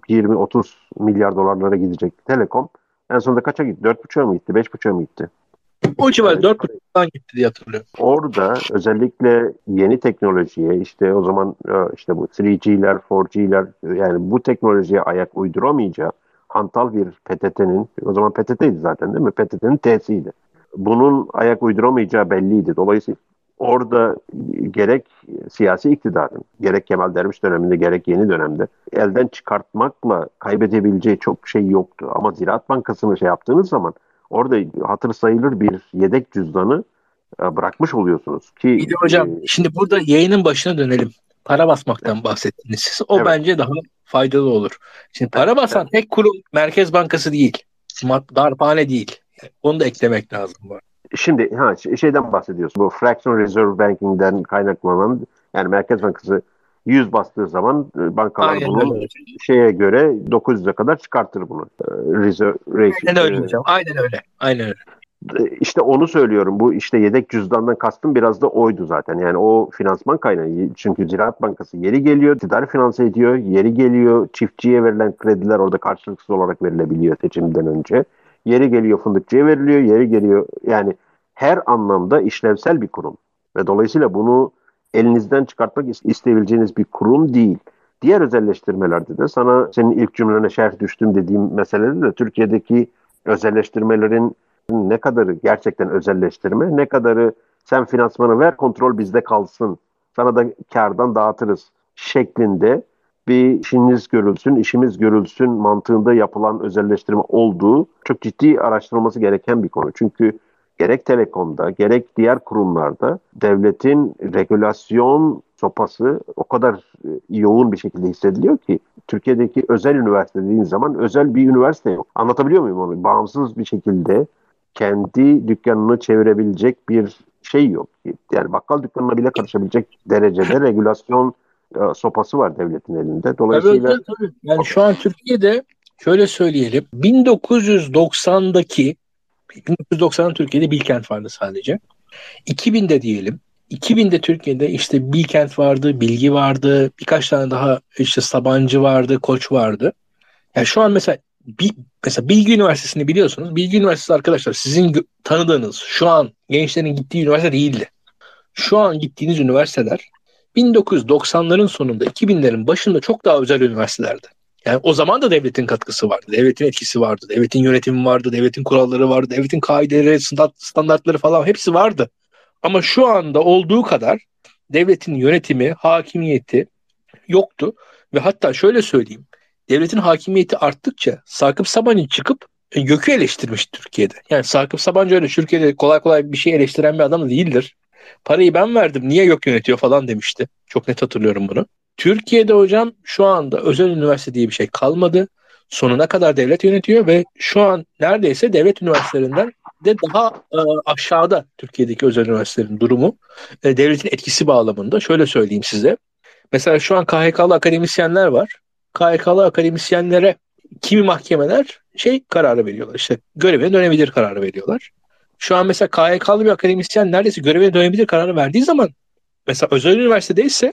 20-30 milyar dolarlara gidecek Telekom en sonunda kaça gitti? 4,5'a mı gitti? 5,5'a mı gitti? O civar Yani 4,5'dan gitti diye hatırlıyorum. orada özellikle yeni teknolojiye, işte o zaman işte bu 3G'ler, 4G'ler, yani bu teknolojiye ayak uyduramayacağı hantal bir PTT'nin, o zaman PTT'ydi zaten değil mi? PTT'nin T'siydi. Bunun ayak uyduramayacağı belliydi. Dolayısıyla orada gerek siyasi iktidarın, gerek Kemal Derviş döneminde, gerek yeni dönemde elden çıkartmakla kaybedebileceği çok şey yoktu. Ama Ziraat Bankası'nı yaptığınız zaman orada hatır sayılır bir yedek cüzdanı bırakmış oluyorsunuz ki Bir de hocam şimdi burada yayının başına dönelim. Para basmaktan bahsettiniz siz. O evet, bence daha faydalı olur. Şimdi evet, para evet. basan tek kurum Merkez Bankası değil. Darphane değil. Onu da eklemek lazım bu arada. Şimdi şeyden bahsediyorsun. Bu fractional reserve banking'den kaynaklanan, yani Merkez Bankası 100 bastığı zaman bankalar Aynen öyle bunun hocam. şeye göre 900'e kadar çıkartır bunu. Reserve Aynen öyle ratio, hocam. Aynen öyle. Aynen öyle. İşte onu söylüyorum. Bu işte yedek cüzdandan kastım biraz da oydu zaten. Yani o finansman kaynağı. Çünkü Ziraat Bankası yeri geliyor, iktidarı finanse ediyor. Yeri geliyor, çiftçiye verilen krediler orada karşılıksız olarak verilebiliyor seçimden önce. Yeri geliyor, fındıkçıya veriliyor. Yeri geliyor, yani her anlamda işlevsel bir kurum. Ve dolayısıyla bunu elinizden çıkartmak isteyebileceğiniz bir kurum değil. Diğer özelleştirmelerde de sana, senin ilk cümlene şerh düştüm dediğim meselede de Türkiye'deki özelleştirmelerin ne kadarı gerçekten özelleştirme, ne kadarı sen finansmanı ver, kontrol bizde kalsın, sana da kardan dağıtırız şeklinde bir işiniz görülsün, işimiz görülsün mantığında yapılan özelleştirme olduğu çok ciddi araştırılması gereken bir konu. Çünkü gerek Telekom'da, gerek diğer kurumlarda devletin regülasyon sopası o kadar yoğun bir şekilde hissediliyor ki Türkiye'deki özel üniversite dediğin zaman özel bir üniversite yok. Anlatabiliyor muyum onu? Bağımsız bir şekilde kendi dükkanını çevirebilecek bir şey yok. Yani bakkal dükkanına bile karışabilecek derecede regülasyon sopası var devletin elinde. Tabii Dolayısıyla hocam, tabii. Yani şu an Türkiye'de şöyle söyleyelim. 1990'ın Türkiye'de Bilkent vardı sadece. 2000'de diyelim. 2000'de Türkiye'de işte Bilkent vardı, Bilgi vardı, birkaç tane daha işte Sabancı vardı, Koç vardı. Yani şu an mesela Bilgi Üniversitesi'ni biliyorsunuz. Bilgi Üniversitesi arkadaşlar sizin tanıdığınız şu an gençlerin gittiği üniversite değildi. Şu an gittiğiniz üniversiteler 1990'ların sonunda 2000'lerin başında çok daha özel üniversitelerdi. Yani o zaman da devletin katkısı vardı. Devletin etkisi vardı. Devletin yönetimi vardı. Devletin kuralları vardı. Devletin kaideleri, standartları falan hepsi vardı. Ama şu anda olduğu kadar devletin yönetimi, hakimiyeti yoktu. Ve hatta şöyle söyleyeyim. Devletin hakimiyeti arttıkça Sakıp Sabancı çıkıp YÖK'ü eleştirmiş Türkiye'de. Yani Sakıp Sabancı öyle Türkiye'de kolay kolay bir şey eleştiren bir adam da değildir. Parayı ben verdim niye YÖK yönetiyor falan demişti. Çok net hatırlıyorum bunu. Türkiye'de hocam şu anda özel üniversite diye bir şey kalmadı. Sonuna kadar devlet yönetiyor ve şu an neredeyse devlet üniversitelerinden de daha aşağıda Türkiye'deki özel üniversitelerin durumu. Devletin etkisi bağlamında şöyle söyleyeyim size. Mesela şu an KHK'lı akademisyenler var. KHK'lı akademisyenlere kimi mahkemeler kararı veriyorlar. İşte görevine dönebilir kararı veriyorlar. Şu an mesela KHK'lı bir akademisyen neredeyse görevine dönebilir kararı verdiği zaman mesela özel üniversitede ise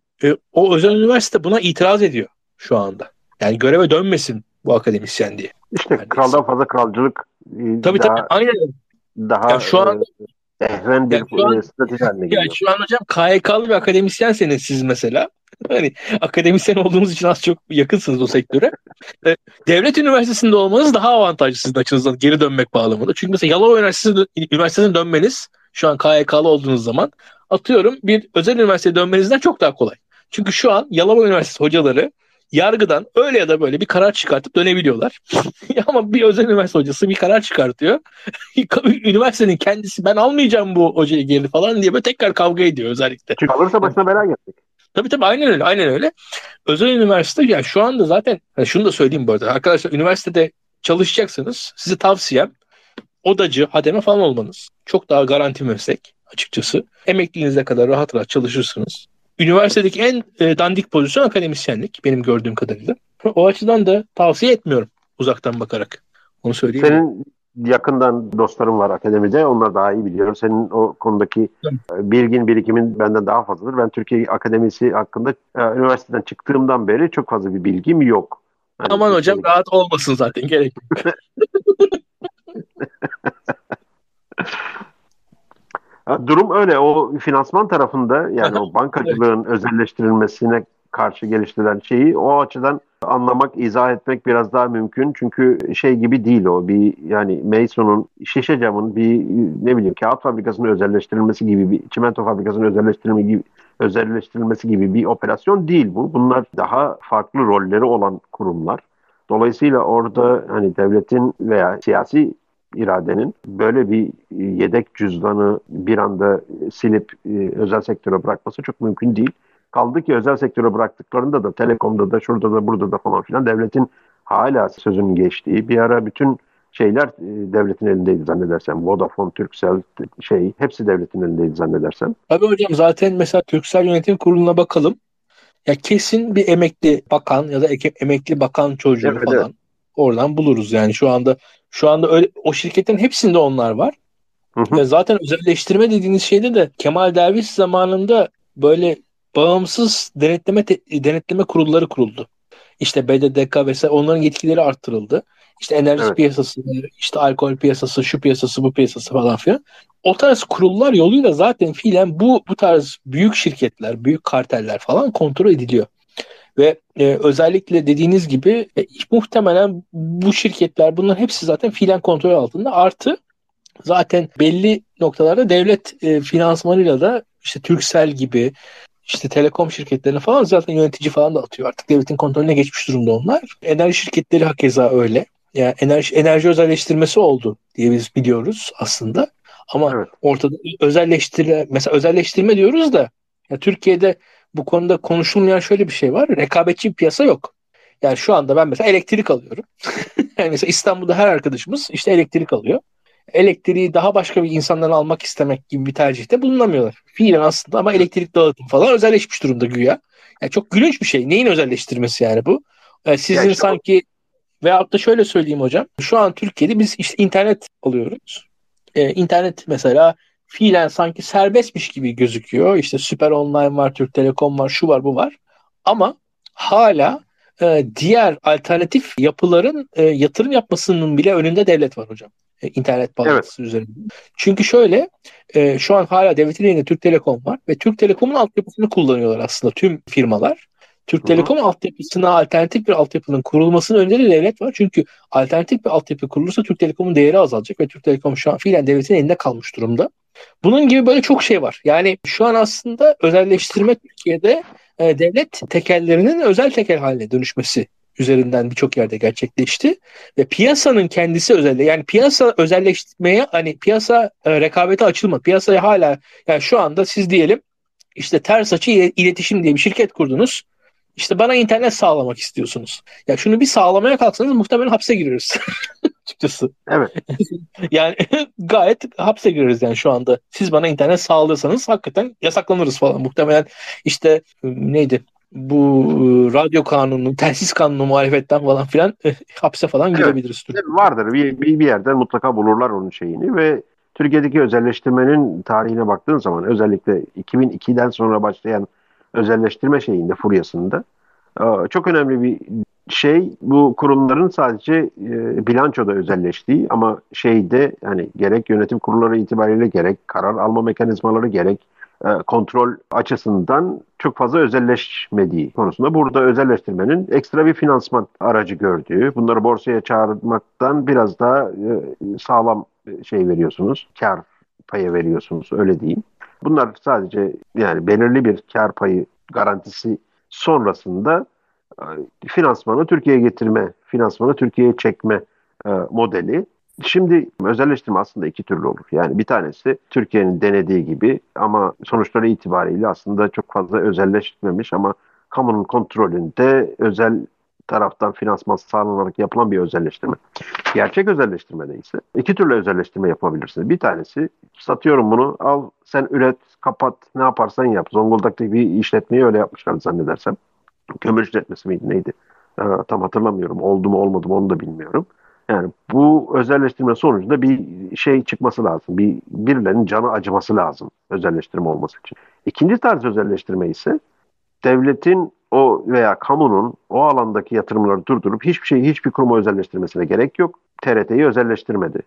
o özel üniversite buna itiraz ediyor şu anda. Yani göreve dönmesin bu akademisyen diye. İşte Neredeyse. kraldan fazla kralcılık Tabii daha aynen. Ya daha şu an ehren ya şu bir an strateji haline ya geliyor. şu an hocam KHK'lı bir akademisyenseniz siz mesela hani akademisyen olduğunuz için az çok yakınsınız o sektöre. E, Devlet üniversitesinde olmanız daha avantajlı sizin açınızdan geri dönmek bağlamında. Çünkü mesela Yalova Üniversitesi'ne dönmeniz şu an KYK'lı olduğunuz zaman atıyorum bir özel üniversiteye dönmenizden çok daha kolay. Çünkü şu an Yalova Üniversitesi hocaları yargıdan öyle ya da böyle bir karar çıkartıp dönebiliyorlar. Ama bir özel üniversite hocası bir karar çıkartıyor. Üniversitenin kendisi ben almayacağım bu hocayı geri falan diye böyle tekrar kavga ediyor özellikle. Çünkü alırsa Yani, başına bela gelecek. tabii aynen öyle aynen öyle. Özel üniversite yani şu anda zaten hani şunu da söyleyeyim bu arada. Arkadaşlar üniversitede çalışacaksınız. Size tavsiyem odacı, hademe falan olmanız. Çok daha garanti meslek açıkçası. Emekliliğinize kadar rahat rahat çalışırsınız. Üniversitedeki en dandik pozisyon akademisyenlik benim gördüğüm kadarıyla. O açıdan da tavsiye etmiyorum uzaktan bakarak. Onu söyleyebilirim. Senin yakından dostların var akademide. Onlar daha iyi biliyor. Senin o konudaki bilgin, birikimin benden daha fazladır. Ben Türkiye akademisi hakkında üniversiteden çıktığımdan beri çok fazla bir bilgim yok. Hani Aman hocam Türkiye'deki. rahat olmasın zaten gerek yok. Durum öyle. O finansman tarafında yani Aha, o evet. bankacılığın özelleştirilmesine karşı geliştirilen şeyi o açıdan anlamak, izah etmek biraz daha mümkün. Çünkü şey gibi değil o. Bir yani Mason'un şişe camın bir ne bileyim kağıt fabrikasının özelleştirilmesi gibi bir çimento fabrikasının özelleştirilmesi gibi bir operasyon değil bu. Bunlar daha farklı rolleri olan kurumlar. Dolayısıyla orada hani devletin veya siyasi iradenin böyle bir yedek cüzdanı bir anda silip özel sektöre bırakması çok mümkün değil. Kaldı ki özel sektöre bıraktıklarında da telekomda da şurada da burada da falan filan devletin hala sözünün geçtiği bir ara bütün şeyler devletin elindeydi zannedersem. Vodafone, Turkcell hepsi devletin elindeydi zannedersem. Tabii hocam zaten mesela Türksel Yönetim Kurulu'na bakalım. Ya kesin bir emekli bakan ya da emekli bakan çocuğu Evet, evet. falan oradan buluruz yani şu anda öyle o şirketin hepsinde onlar var. Hı Ve hı. zaten özelleştirme dediğiniz şeyde de Kemal Derviş zamanında böyle bağımsız denetleme kurulları kuruldu. İşte BDDK vesaire onların yetkileri arttırıldı. İşte enerji Evet. piyasası, işte alkol piyasası, şu piyasası, bu piyasası falan filan. O tarz kurullar yoluyla zaten fiilen bu tarz büyük şirketler, büyük karteller falan kontrol ediliyor. Ve özellikle dediğiniz gibi muhtemelen bu şirketler bunların hepsi zaten fiilen kontrol altında. Artı zaten belli noktalarda devlet finansmanıyla da işte Turkcell gibi işte telekom şirketlerine falan zaten yönetici falan da atıyor. Artık devletin kontrolüne geçmiş durumda onlar. Enerji şirketleri hakeza öyle. Yani enerji özelleştirmesi oldu diye biz biliyoruz aslında. Ama Evet. ortada mesela özelleştirme diyoruz da ya Türkiye'de bu konuda konuşulmayan şöyle bir şey var. Rekabetçi bir piyasa yok. Yani şu anda ben mesela elektrik alıyorum. Yani mesela İstanbul'da her arkadaşımız işte elektrik alıyor. Elektriği daha başka bir insandan almak istemek gibi bir tercihte bulunamıyorlar. Fiilen aslında ama elektrik dağıtım falan özelleşmiş durumda güya. Yani çok gülünç bir şey. Neyin özelleştirmesi yani bu? Ya Sizin işte o sanki veyahut da şöyle söyleyeyim hocam. Şu an Türkiye'de biz işte internet alıyoruz. İnternet mesela fiilen sanki serbestmiş gibi gözüküyor. İşte Süper Online var, Türk Telekom var, şu var, bu var. Ama hala diğer alternatif yapıların yatırım yapmasının bile önünde devlet var hocam. İnternet Evet. bağlantısı üzerinde. Çünkü şöyle, şu an hala devletin elinde Türk Telekom var ve Türk Telekom'un altyapısını kullanıyorlar aslında tüm firmalar. Türk Hı hı. Telekom altyapısına alternatif bir altyapının kurulmasının önünde de devlet var. Çünkü alternatif bir altyapı kurulursa Türk Telekom'un değeri azalacak ve Türk Telekom şu an fiilen devletin elinde kalmış durumda. Bunun gibi böyle çok şey var. Yani şu an aslında özelleştirme Türkiye'de devlet tekellerinin özel tekel haline dönüşmesi üzerinden birçok yerde gerçekleşti ve piyasanın kendisi yani piyasa özelleştirmeye, hani piyasa rekabete açılmadı. Piyasaya hala, yani şu anda siz diyelim işte ters açı iletişim diye bir şirket kurdunuz. İşte bana internet sağlamak istiyorsunuz. Ya şunu bir sağlamaya kalksanız muhtemelen hapse gireriz açıkçası. Evet. Yani gayet hapse gireriz yani şu anda. Siz bana internet sağlıyorsanız hakikaten yasaklanırız falan. Muhtemelen işte neydi? Bu radyo kanunu, telsiz kanunu muhalefetten falan filan hapse falan Evet. girebiliriz. Vardır. Bir yerden mutlaka bulurlar onun şeyini ve Türkiye'deki özelleştirmenin tarihine baktığın zaman özellikle 2002'den sonra başlayan özelleştirme şeyinde, furyasında çok önemli bir şey bu kurumların sadece bilançoda özelleştiği ama şeyde hani gerek yönetim kurulları itibariyle gerek karar alma mekanizmaları gerek kontrol açısından çok fazla özelleşmediği konusunda burada özelleştirmenin ekstra bir finansman aracı gördüğü, bunları borsaya çağırmaktan biraz daha sağlam şey veriyorsunuz, kar payı veriyorsunuz öyle diyeyim. Bunlar sadece yani belirli bir kar payı garantisi sonrasında finansmanı Türkiye'ye getirme, finansmanı Türkiye'ye çekme modeli. Şimdi özelleştirme aslında iki türlü olur. Yani bir tanesi Türkiye'nin denediği gibi ama sonuçları itibariyle aslında çok fazla özelleştirmemiş ama kamunun kontrolünde özel taraftan finansman sağlanarak yapılan bir özelleştirme. Gerçek özelleştirmede ise iki türlü özelleştirme yapabilirsiniz. Bir tanesi satıyorum bunu al sen üret kapat ne yaparsan yap. Zonguldak'taki bir işletmeyi öyle yapmışlar zannedersem. Kömür işletmesi miydi neydi? Tam hatırlamıyorum. Oldu mu olmadı mı onu da bilmiyorum. Yani bu özelleştirme sonucunda bir şey çıkması lazım. Birilerinin canı acıması lazım özelleştirme olması için. İkinci tarz özelleştirme ise devletin o veya kamunun o alandaki yatırımları durdurup hiçbir kurumu özelleştirmesine gerek yok. TRT'yi özelleştirmedi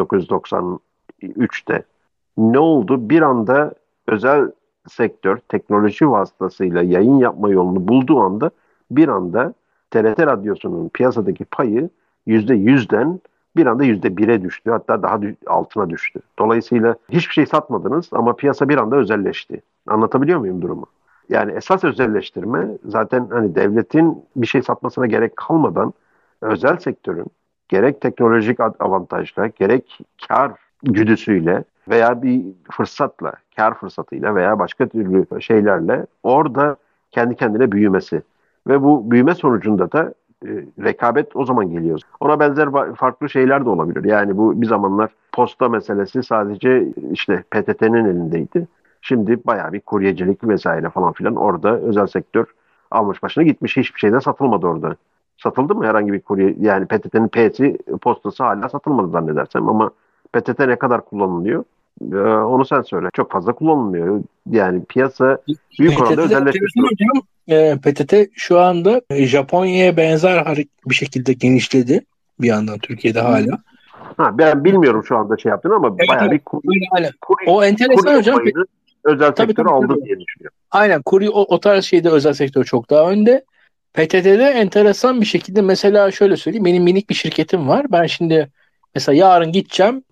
1993'te. Ne oldu? Bir anda özel sektör teknoloji vasıtasıyla yayın yapma yolunu bulduğu anda bir anda TRT Radyosu'nun piyasadaki payı %100'den bir anda %1'e düştü. Hatta daha altına düştü. Dolayısıyla hiçbir şey satmadınız ama piyasa bir anda özelleşti. Anlatabiliyor muyum durumu? Yani esas özelleştirme zaten hani devletin bir şey satmasına gerek kalmadan özel sektörün gerek teknolojik avantajla gerek kar güdüsüyle veya bir fırsatla, kar fırsatıyla veya başka türlü şeylerle orada kendi kendine büyümesi. Ve bu büyüme sonucunda da rekabet o zaman geliyor. Ona benzer farklı şeyler de olabilir. Yani bu bir zamanlar posta meselesi sadece işte PTT'nin elindeydi. Şimdi bayağı bir kuryecilik vesaire falan filan orada özel sektör almış başına gitmiş. Hiçbir şeyden satılmadı orada. Satıldı mı herhangi bir kurye? Yani PTT'nin P'si postası hala satılmadı zannedersem ama PTT ne kadar kullanılıyor? Onu sen söyle. Çok fazla kullanılmıyor. Yani piyasa büyük oranda PTT'de özelleşmiş durumda. hocam, PTT şu anda Japonya'ya benzer bir şekilde genişledi bir yandan Türkiye'de hala. Ha, ben bilmiyorum şu anda şey yaptığını ama Evet, bayağı evet. bir Öyle, aynen. kurye, O enteresan kurye hocam. payını özel Tabii, sektör tabii, aldı tabii. diye düşünüyorum. Aynen, kurye o tarz şeyde özel sektör çok daha önde. PTT'de enteresan bir şekilde, mesela şöyle söyleyeyim, benim minik bir şirketim var. Ben şimdi mesela yarın gideceğim,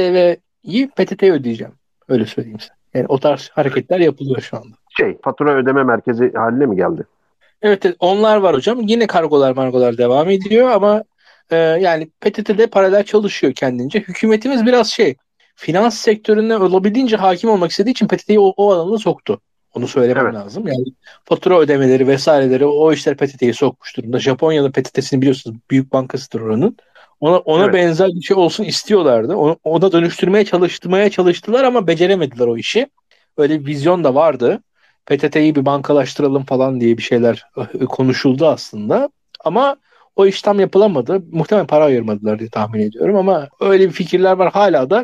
KDV'yi PTT'ye ödeyeceğim. Öyle söyleyeyim size. Yani o tarz hareketler yapılıyor şu anda. Fatura ödeme merkezi haline mi geldi? Evet, evet, onlar var hocam. Yine kargolar devam ediyor ama yani PTT'de paralel çalışıyor kendince. Hükümetimiz biraz finans sektörüne olabildiğince hakim olmak istediği için PTT'yi o alana soktu. Onu söylemem Evet. lazım. Yani fatura ödemeleri vesaireleri, o işler PTT'yi sokmuş durumda. Japonya'nın PTT'sini biliyorsunuz, büyük bankasıdır oranın. Ona Evet. benzer bir şey olsun istiyorlardı. Ona dönüştürmeye çalıştılar ama beceremediler o işi. Öyle bir vizyon da vardı. PTT'yi bir bankalaştıralım falan diye bir şeyler konuşuldu aslında. Ama o iş tam yapılamadı. Muhtemelen para ayırmadılar diye tahmin ediyorum ama öyle bir fikirler var hala da.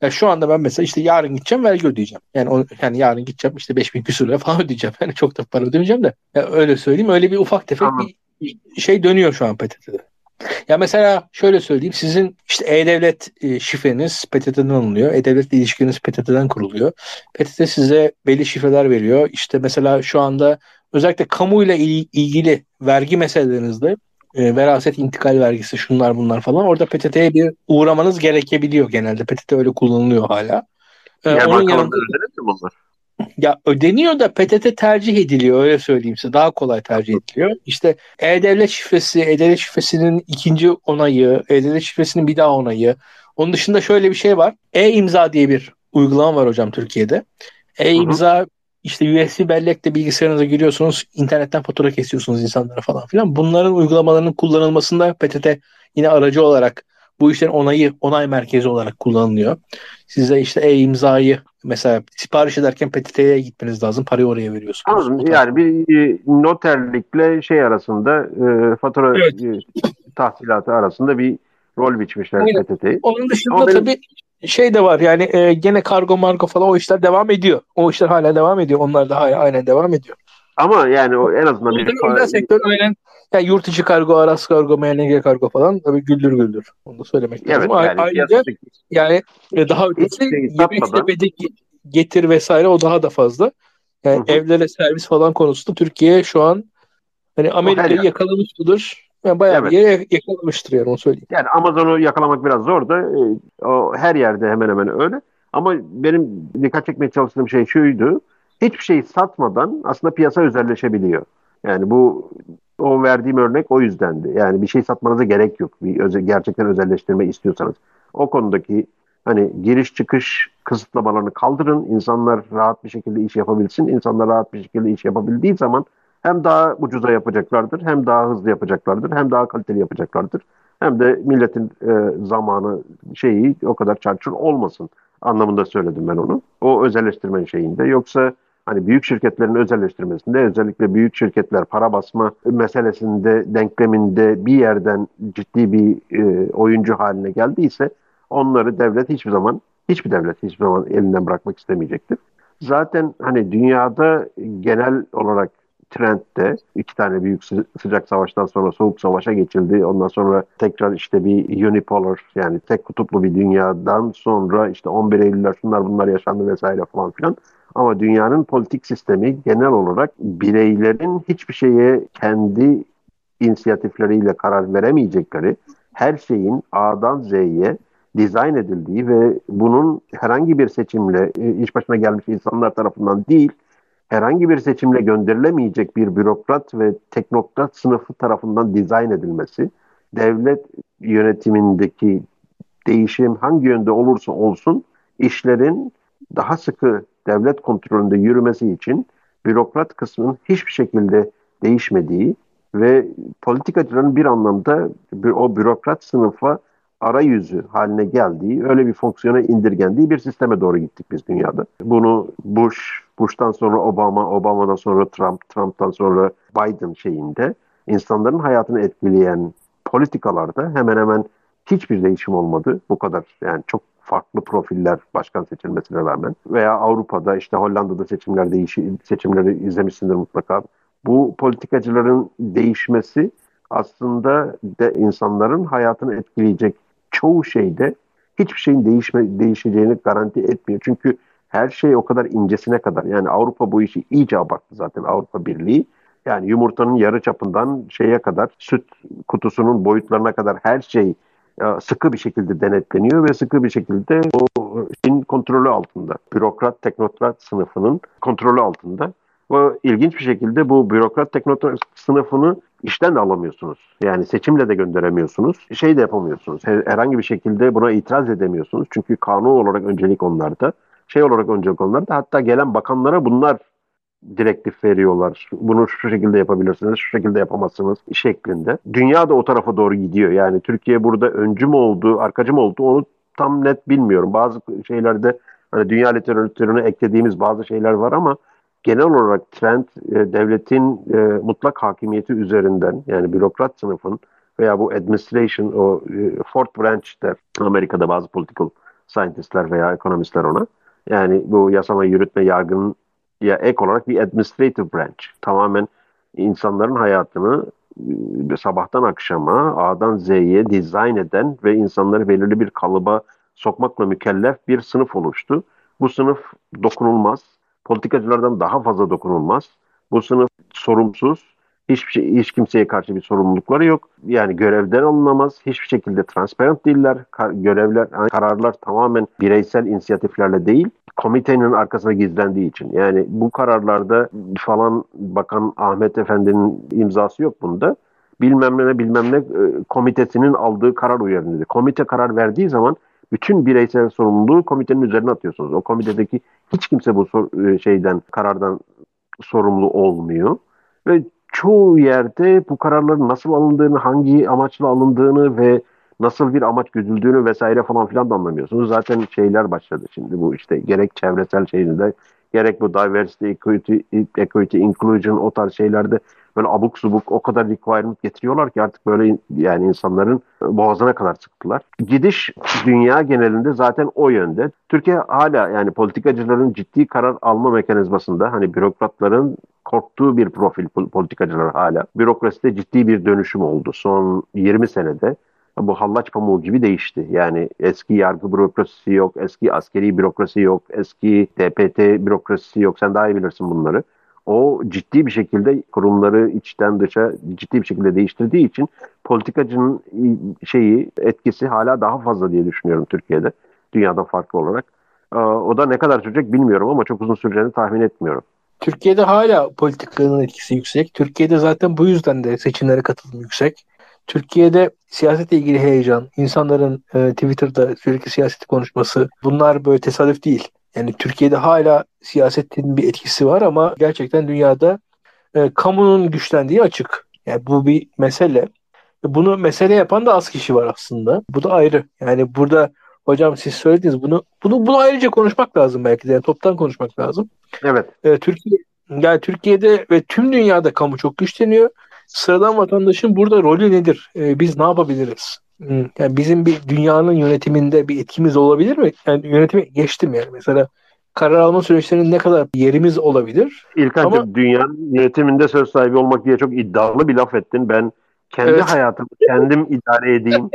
Ya şu anda ben mesela işte yarın gideceğim, vergi ödeyeceğim. Yani yarın gideceğim işte 5.000 küsur lira falan ödeyeceğim. Yani çok da para ödemeyeceğim de. Ya öyle söyleyeyim. Öyle bir ufak tefek Anladım. bir şey dönüyor şu an PTT'de. Ya mesela şöyle söyleyeyim, sizin işte E-Devlet şifreniz PTT'den alınıyor. E-Devlet ilişkiniz PTT'den kuruluyor. PTT size belli şifreler veriyor. İşte mesela şu anda özellikle kamuyla ilgili vergi meselelerinizde veraset intikal vergisi, şunlar bunlar falan, orada PTT'ye bir uğramanız gerekebiliyor genelde. PTT öyle kullanılıyor hala. Diğer Onun yanında bankalardan ödenir mi bunlar? ya ödeniyor da PTT tercih ediliyor, öyle söyleyeyim size. Daha kolay tercih ediliyor. İşte E-Devlet şifresi, E-Devlet şifresinin ikinci onayı, E-Devlet şifresinin bir daha onayı. Onun dışında şöyle bir şey var. E-İmza diye bir uygulama var hocam Türkiye'de. Hı hı. E-İmza işte USB bellekle bilgisayarınıza giriyorsunuz. İnternetten fatura kesiyorsunuz insanlara falan filan. Bunların uygulamalarının kullanılmasında PTT yine aracı olarak, bu işlerin onay merkezi olarak kullanılıyor. Size işte e-imzayı mesela sipariş ederken PTT'ye gitmeniz lazım. Parayı oraya veriyorsunuz. O Anladım. tarz. Yani bir noterlikle şey arasında fatura Evet. tahsilatı arasında bir rol biçmişler Aynen. PTT'yi. Onun Ama dışında benim tabii şey de var yani, gene kargo margo falan, o işler devam ediyor. O işler hala devam ediyor. Onlar da hala aynen devam ediyor. ama yani o en azından O bir da özel sektör aynen. Yani yurt içi kargo, Aras kargo, MNG kargo falan tabii güldür güldür. Onu da söylemek lazım. evet yani Ayrıca piyasadaki yani daha hiçbir ötesi şeyi yemek satmadan. sepeti getir vesaire, o daha da fazla. Hı Yani hı. evlere servis falan konusunda Türkiye şu an hani O her Amerika'yı yer. yakalamıştır. Yani bayağı bir Evet. yere yakalamıştır yani, onu söyleyeyim. Yani Amazon'u yakalamak biraz zor da o her yerde hemen hemen öyle. Ama benim dikkat çekmeye çalıştığım şey şuydu. Hiçbir şey satmadan aslında piyasa özelleşebiliyor. Yani bu o verdiğim örnek o yüzdendi. Yani bir şey satmanıza gerek yok. Gerçekten özelleştirme istiyorsanız. O konudaki hani giriş çıkış kısıtlamalarını kaldırın. İnsanlar rahat bir şekilde iş yapabilsin. İnsanlar rahat bir şekilde iş yapabildiği zaman hem daha ucuza yapacaklardır, hem daha hızlı yapacaklardır, hem daha kaliteli yapacaklardır. Hem de milletin zamanı şeyi o kadar çarçur olmasın anlamında söyledim ben onu. O özelleştirme şeyinde. Yoksa hani büyük şirketlerin özelleştirmesinde, özellikle büyük şirketler para basma meselesinde, denkleminde bir yerden ciddi bir oyuncu haline geldiyse onları hiçbir devlet hiçbir zaman elinden bırakmak istemeyecektir. Zaten hani dünyada genel olarak trendde iki tane büyük sıcak savaştan sonra soğuk savaşa geçildi. Ondan sonra tekrar işte bir unipolar, yani tek kutuplu bir dünyadan sonra işte 11 Eylül'ler şunlar bunlar yaşandı vesaire falan filan. Ama dünyanın politik sistemi genel olarak bireylerin hiçbir şeye kendi inisiyatifleriyle karar veremeyecekleri, her şeyin A'dan Z'ye dizayn edildiği ve bunun herhangi bir seçimle iş başına gelmiş insanlar tarafından değil, herhangi bir seçimle gönderilemeyecek bir bürokrat ve teknokrat sınıfı tarafından dizayn edilmesi, devlet yönetimindeki değişim hangi yönde olursa olsun işlerin daha sıkı devlet kontrolünde yürümesi için bürokrat kısmının hiçbir şekilde değişmediği ve politikacıların bir anlamda o bürokrat sınıfa arayüzü haline geldiği, öyle bir fonksiyona indirgendiği bir sisteme doğru gittik biz dünyada. Bunu Bush'tan sonra Obama, Obama'dan sonra Trump, Trump'tan sonra Biden şeyinde insanların hayatını etkileyen politikalarda hemen hemen hiçbir değişim olmadı. Bu kadar yani çok farklı profiller başkan seçilmesine rağmen veya Avrupa'da işte Hollanda'da seçimleri izlemişsindir mutlaka. Bu politikacıların değişmesi aslında de insanların hayatını etkileyecek çoğu şeyde hiçbir şeyin değişeceğini garanti etmiyor. Çünkü her şey o kadar incesine kadar. Yani Avrupa bu işi iyice abarttı zaten, Avrupa Birliği. Yani yumurtanın yarı çapından şeye kadar, süt kutusunun boyutlarına kadar her şey sıkı bir şekilde denetleniyor ve sıkı bir şekilde o şeyin kontrolü altında. Bürokrat, teknokrat sınıfının kontrolü altında. Ve ilginç bir şekilde bu bürokrat, teknokrat sınıfını işten de alamıyorsunuz. Yani seçimle de gönderemiyorsunuz. Şey de yapamıyorsunuz. Herhangi bir şekilde buna itiraz edemiyorsunuz. Çünkü kanun olarak öncelik onlarda. Şey olarak öncelik onlarda. Hatta gelen bakanlara bunlar direktif veriyorlar. Bunu şu şekilde yapabilirsiniz, şu şekilde yapamazsınız şeklinde. Dünya da o tarafa doğru gidiyor. Yani Türkiye burada öncü mü oldu, arkacı mı oldu onu tam net bilmiyorum. Bazı şeylerde hani dünya literatürüne eklediğimiz bazı şeyler var ama genel olarak trend devletin mutlak hakimiyeti üzerinden, yani bürokrat sınıfın veya bu administration, o fourth branch der Amerika'da bazı political scientistler veya ekonomistler ona. Yani bu yasama, yürütme, yargının ya ek olarak bir administrative branch. Tamamen insanların hayatını sabahtan akşama A'dan Z'ye dizayn eden ve insanları belirli bir kalıba sokmakla mükellef bir sınıf oluştu. Bu sınıf dokunulmaz. Politikacılardan daha fazla dokunulmaz. Bu sınıf sorumsuz. Hiçbir şey, hiç kimseye karşı bir sorumlulukları yok. Yani görevden alınamaz. Hiçbir şekilde transparent değiller. Görevler, kararlar tamamen bireysel inisiyatiflerle değil, komitenin arkasına gizlendiği için. Yani bu kararlarda falan Bakan Ahmet Efendi'nin imzası yok bunda. Bilmem ne bilmem ne komitesinin aldığı karar uyarındadır. Komite karar verdiği zaman bütün bireysel sorumluluğu komitenin üzerine atıyorsunuz. O komitedeki hiç kimse bu karardan sorumlu olmuyor. Ve çoğu yerde bu kararların nasıl alındığını, hangi amaçla alındığını ve nasıl bir amaç güdüldüğünü vesaire falan filan da anlamıyorsunuz. Zaten şeyler başladı şimdi bu işte gerek çevresel şeyinde gerek bu diversity, equity, inclusion o tarz şeylerde böyle abuk subuk o kadar requirement getiriyorlar ki artık böyle yani insanların boğazına kadar sıktılar. Gidiş dünya genelinde zaten o yönde. Türkiye hala yani politikacıların ciddi karar alma mekanizmasında hani bürokratların korktuğu bir profil politikacılar hala. Bürokraside ciddi bir dönüşüm oldu son 20 senede. Bu hallaç pamuğu gibi değişti. Yani eski yargı bürokrasisi yok, eski askeri bürokrasi yok, eski DPT bürokrasisi yok. Sen daha iyi bilirsin bunları. O ciddi bir şekilde kurumları içten dışa ciddi bir şekilde değiştirdiği için politikacının etkisi hala daha fazla diye düşünüyorum Türkiye'de. Dünyada farklı olarak. O da ne kadar sürecek bilmiyorum ama çok uzun süreceğini tahmin etmiyorum. Türkiye'de hala politikanın etkisi yüksek. Türkiye'de zaten bu yüzden de seçimlere katılım yüksek. Türkiye'de siyasetle ilgili heyecan, insanların Twitter'da sürekli siyaseti konuşması, bunlar böyle tesadüf değil. Yani Türkiye'de hala siyasetin bir etkisi var ama gerçekten dünyada kamunun güçlendiği açık. Yani bu bir mesele. Bunu mesele yapan da az kişi var aslında. Bu da ayrı. Yani burada hocam siz söylediniz bunu ayrıca konuşmak lazım belki de. Yani toptan konuşmak lazım. Evet. Türkiye'de ve tüm dünyada kamu çok güçleniyor. Sıradan vatandaşın burada rolü nedir? Biz ne yapabiliriz? Yani bizim bir dünyanın yönetiminde bir etkimiz olabilir mi? Yani yönetimi geçtim yani. Mesela karar alma süreçlerinin ne kadar yerimiz olabilir? Ama İlkancığım dünyanın yönetiminde söz sahibi olmak diye çok iddialı bir laf ettin. Ben kendi evet, hayatımı kendim idare edeyim.